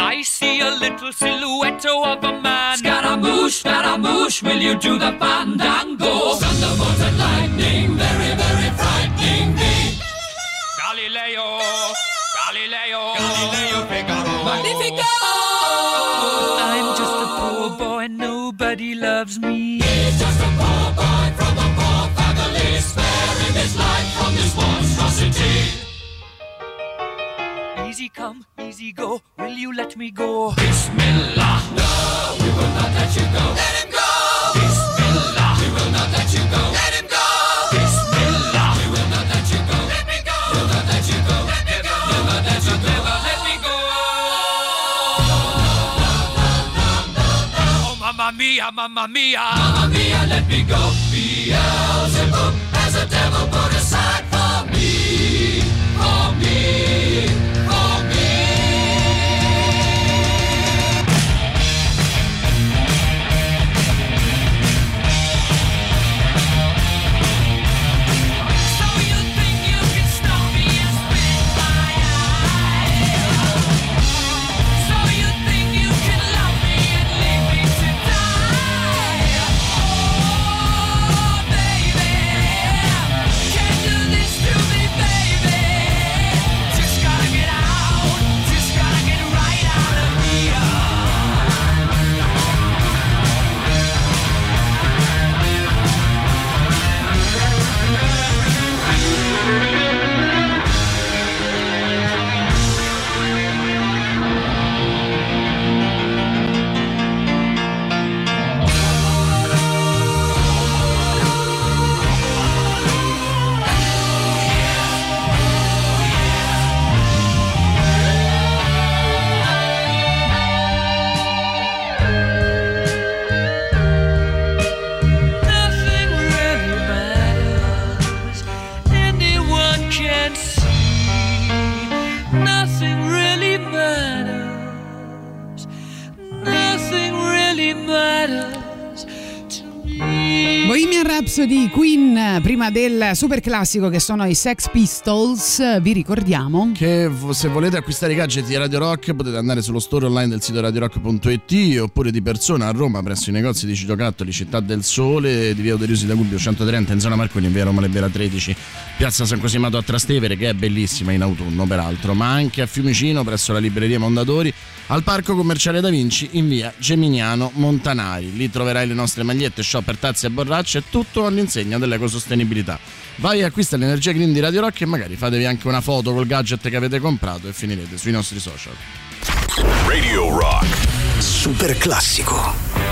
I see a little silhouette of a man. Scaramouche, will you do the fandango? Thunderbolt and lightning, very, very frightening me. Galileo, Figaro. Magnifico! I'm just a poor boy, nobody loves me. He's just a poor boy from a poor family, sparing his life from this monstrosity. Easy come, easy go, will you let me go? Bismillah, no, we will not let you go. Let him go! Bismillah, we will not let you go. Let him go! Bismillah, we will not let you go. Let me go! We'll not let you go. Let me go! Never let you go. Never let me go. Oh, mamma mia, mamma mia. Mamma mia, let me go. Beelzebub has a devil put aside for me. For me. For me. Bohemian Rhapsody, Queen, prima del super classico che sono i Sex Pistols. Vi ricordiamo che se volete acquistare i gadget di Radio Rock potete andare sullo store online del sito radiorock.it oppure di persona a Roma presso i negozi di Citocattoli, Città del Sole, di via Oderiosi da Gubbio 130 in zona Marconi, in via Roma Lebbera 13, piazza San Cosimato a Trastevere, che è bellissima in autunno peraltro, ma anche a Fiumicino presso la libreria Mondadori, al Parco Commerciale Da Vinci in via Geminiano Montanari. Lì troverai le nostre magliette, shopper, tazze e borracce e tutto all'insegna dell'ecosostenibilità. Vai e acquista l'energia green di Radio Rock e magari fatevi anche una foto col gadget che avete comprato e finirete sui nostri social. Radio Rock Super classico.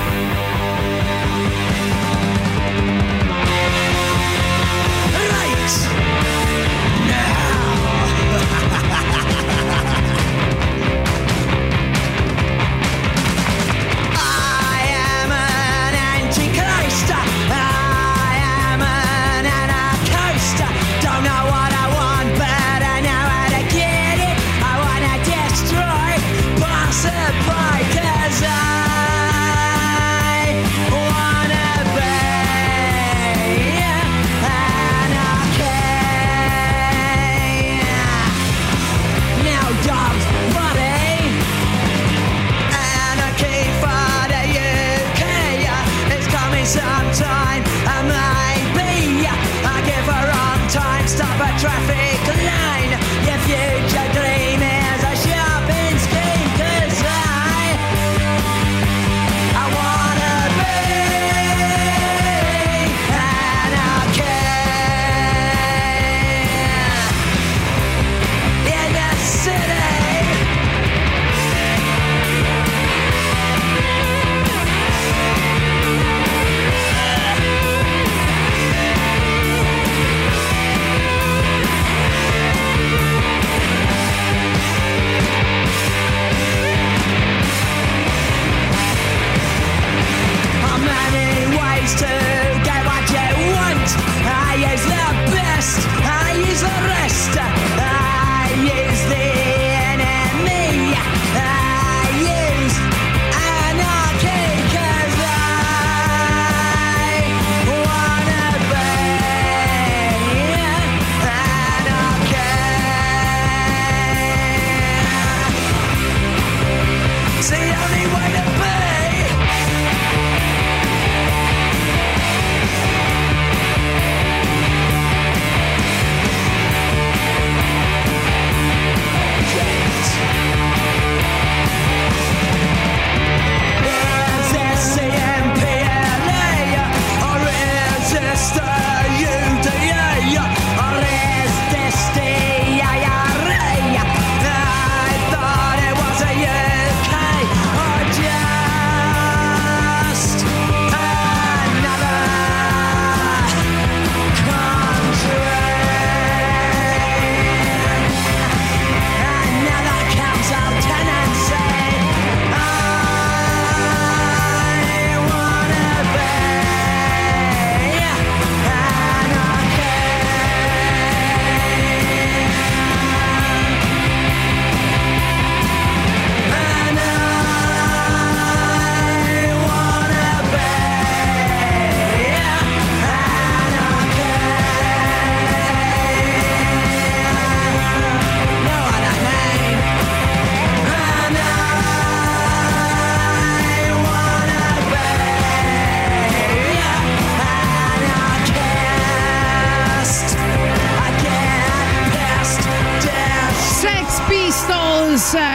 Cause I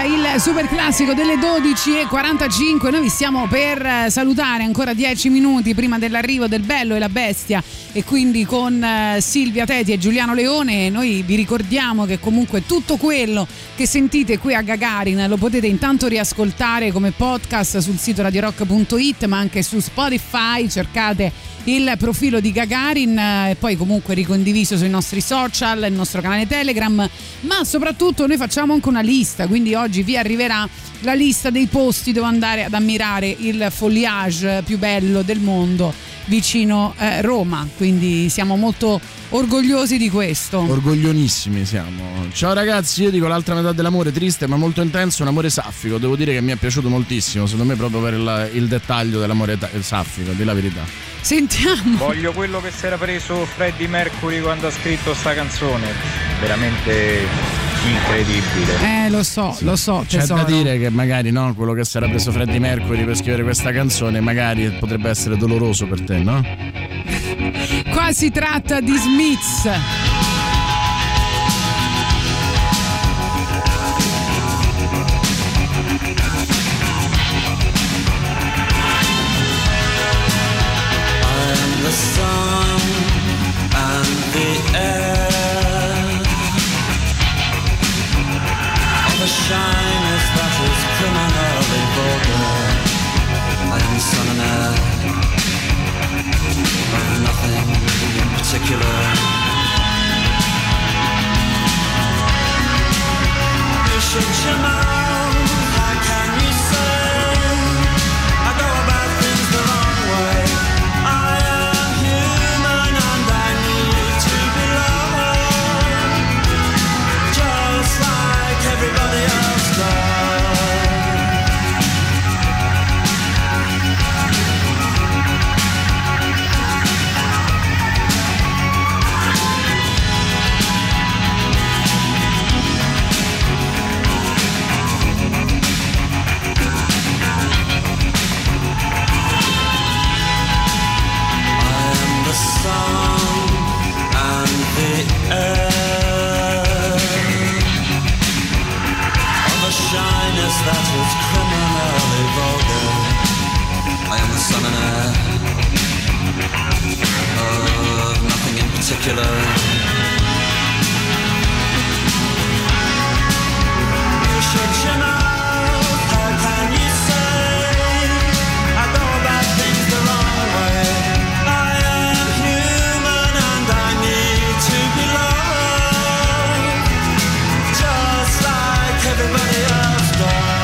il super classico delle 12:45. Noi vi stiamo per salutare ancora 10 minuti prima dell'arrivo del Bello e la Bestia, e quindi con Silvia Teti e Giuliano Leone. Noi vi ricordiamo che comunque tutto quello che sentite qui a Gagarin lo potete intanto riascoltare come podcast sul sito radiorock.it, ma anche su Spotify. Cercate il profilo di Gagarin e poi comunque ricondiviso sui nostri social, il nostro canale Telegram, ma soprattutto noi facciamo anche una lista, quindi oggi vi arriverà la lista dei posti dove andare ad ammirare il foliage più bello del mondo vicino Roma, quindi siamo molto orgogliosi di questo. Orgoglionissimi siamo. Ciao ragazzi, io dico l'altra metà dell'amore, triste ma molto intenso, un amore saffico. Devo dire che mi è piaciuto moltissimo, secondo me, proprio per il dettaglio dell'amore saffico, di la verità. Sentiamo. Voglio quello che si era preso Freddie Mercury quando ha scritto sta canzone. Veramente incredibile. Lo so, C'è tesoro. da dire che magari no, quello che si era preso Freddie Mercury per scrivere questa canzone magari potrebbe essere doloroso per te, no? Qua si tratta di Smiths. The sun and the air of a shyness that is criminally vulgar. I am the sun and air of nothing in particular. You should you know, how can you say I go about things the wrong way? I am human and I need to be loved, just like everybody else does. The sun and the air of a shyness that is criminally vulgar. I am the sun and air of nothing in particular. You should you know, how can you say I go about things the wrong way? I am human and I need to be loved, just like everybody else does.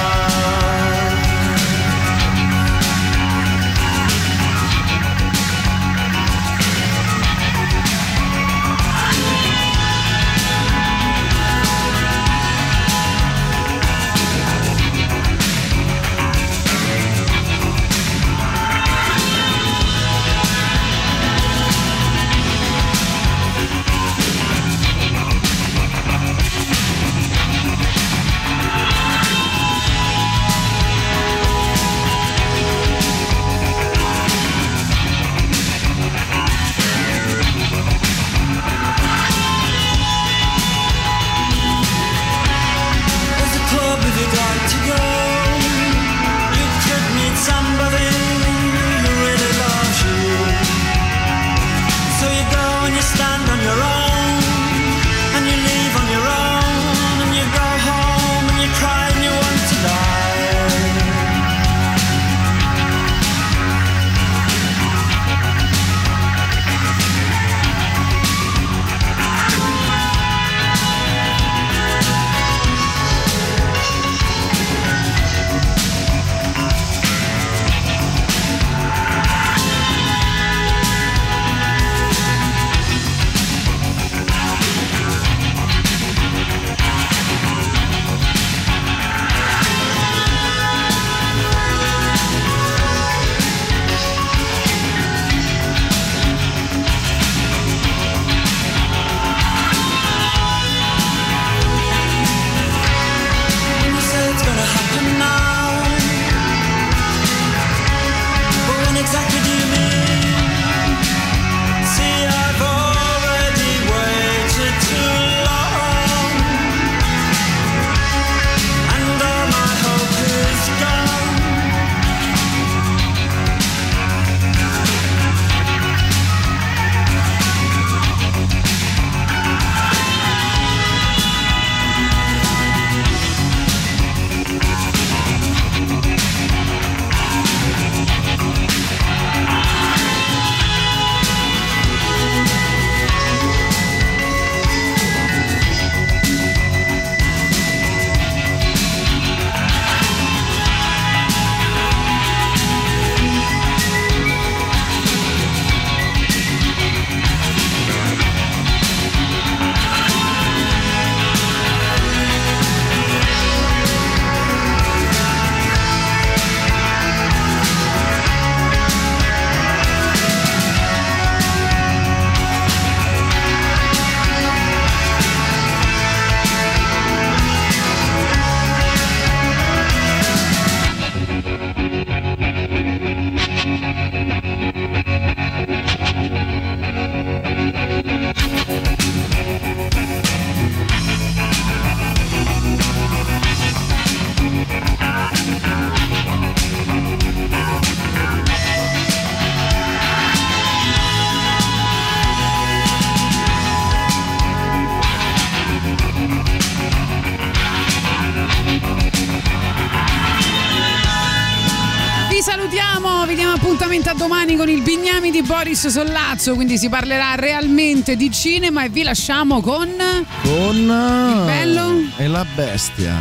chiudiamo, vi diamo appuntamento a domani con il Bignami di Boris Sollazzo, quindi si parlerà realmente di cinema e vi lasciamo con il bello e la bestia.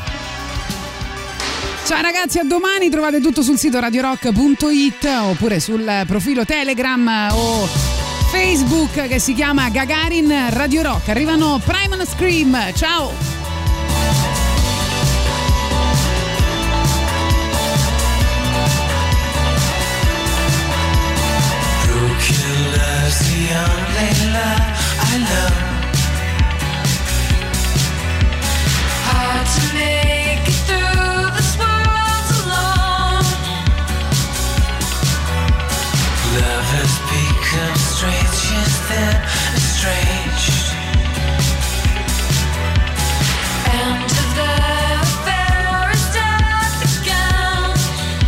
Ciao ragazzi, a domani. Trovate tutto sul sito radiorock.it oppure sul profilo Telegram o Facebook che si chiama Gagarin Radio Rock. Arrivano Primal Scream, ciao. The only love I love. Hard to make it through this world alone. Love has become strangers then estranged. And the affair is dead again.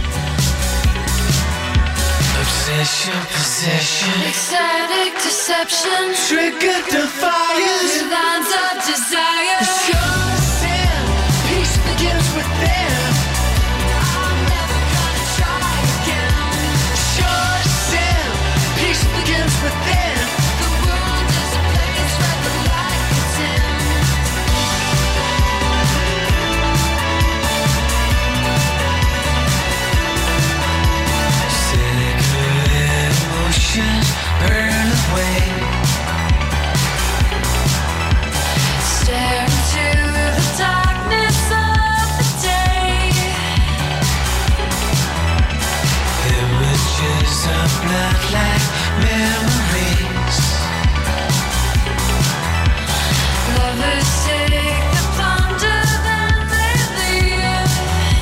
Obsession, possession, ecstatic deception, trigger defiance, lines of desire. Sure sin, peace begins within. I'm never gonna try again. Sure sin, peace begins within. The world is a place where the light gets in. Sacred emotions burn away. Stare into the darkness of the day. Images of blood like memories. Lovers take the plunder, then they leave.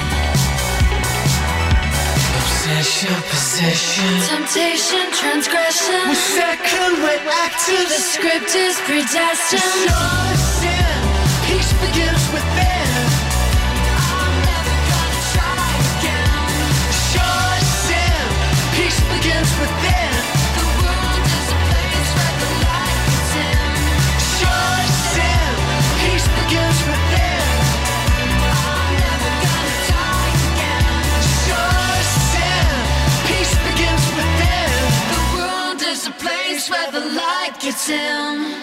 Obsession, possession, temptation, transgression. We second way actors. The script is predestined. Sure sin, peace begins within. I'm never gonna try again. Sure sin, peace begins within. The world is a place where the light gets in. Sure sin, peace begins within. I'm never gonna die again. Sure sin, peace begins within. The world is a place where the light gets in.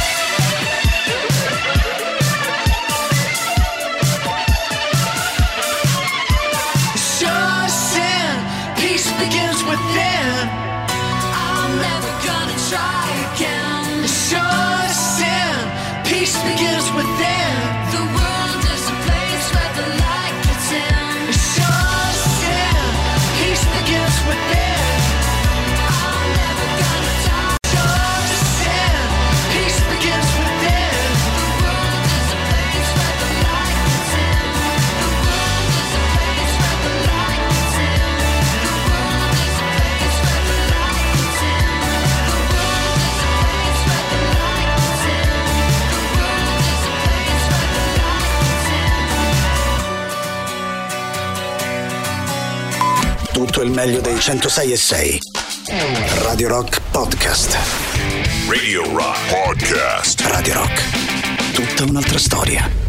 Sure sin, peace begins within. I'm never gonna try again. Sure sin, peace begins within. The world is a place where the light gets in. Sure sin, peace begins within. I'm never gonna die. Sure sin, peace begins within. The world is a place where the light gets in. The world is a place where the light gets in. The world is a place where the light gets in. The world is a place where the light gets in. The world is a place where the light gets in. Tutto il meglio dei 106.6. Radio Rock Podcast. Radio Rock Podcast. Radio Rock. Tutta un'altra storia.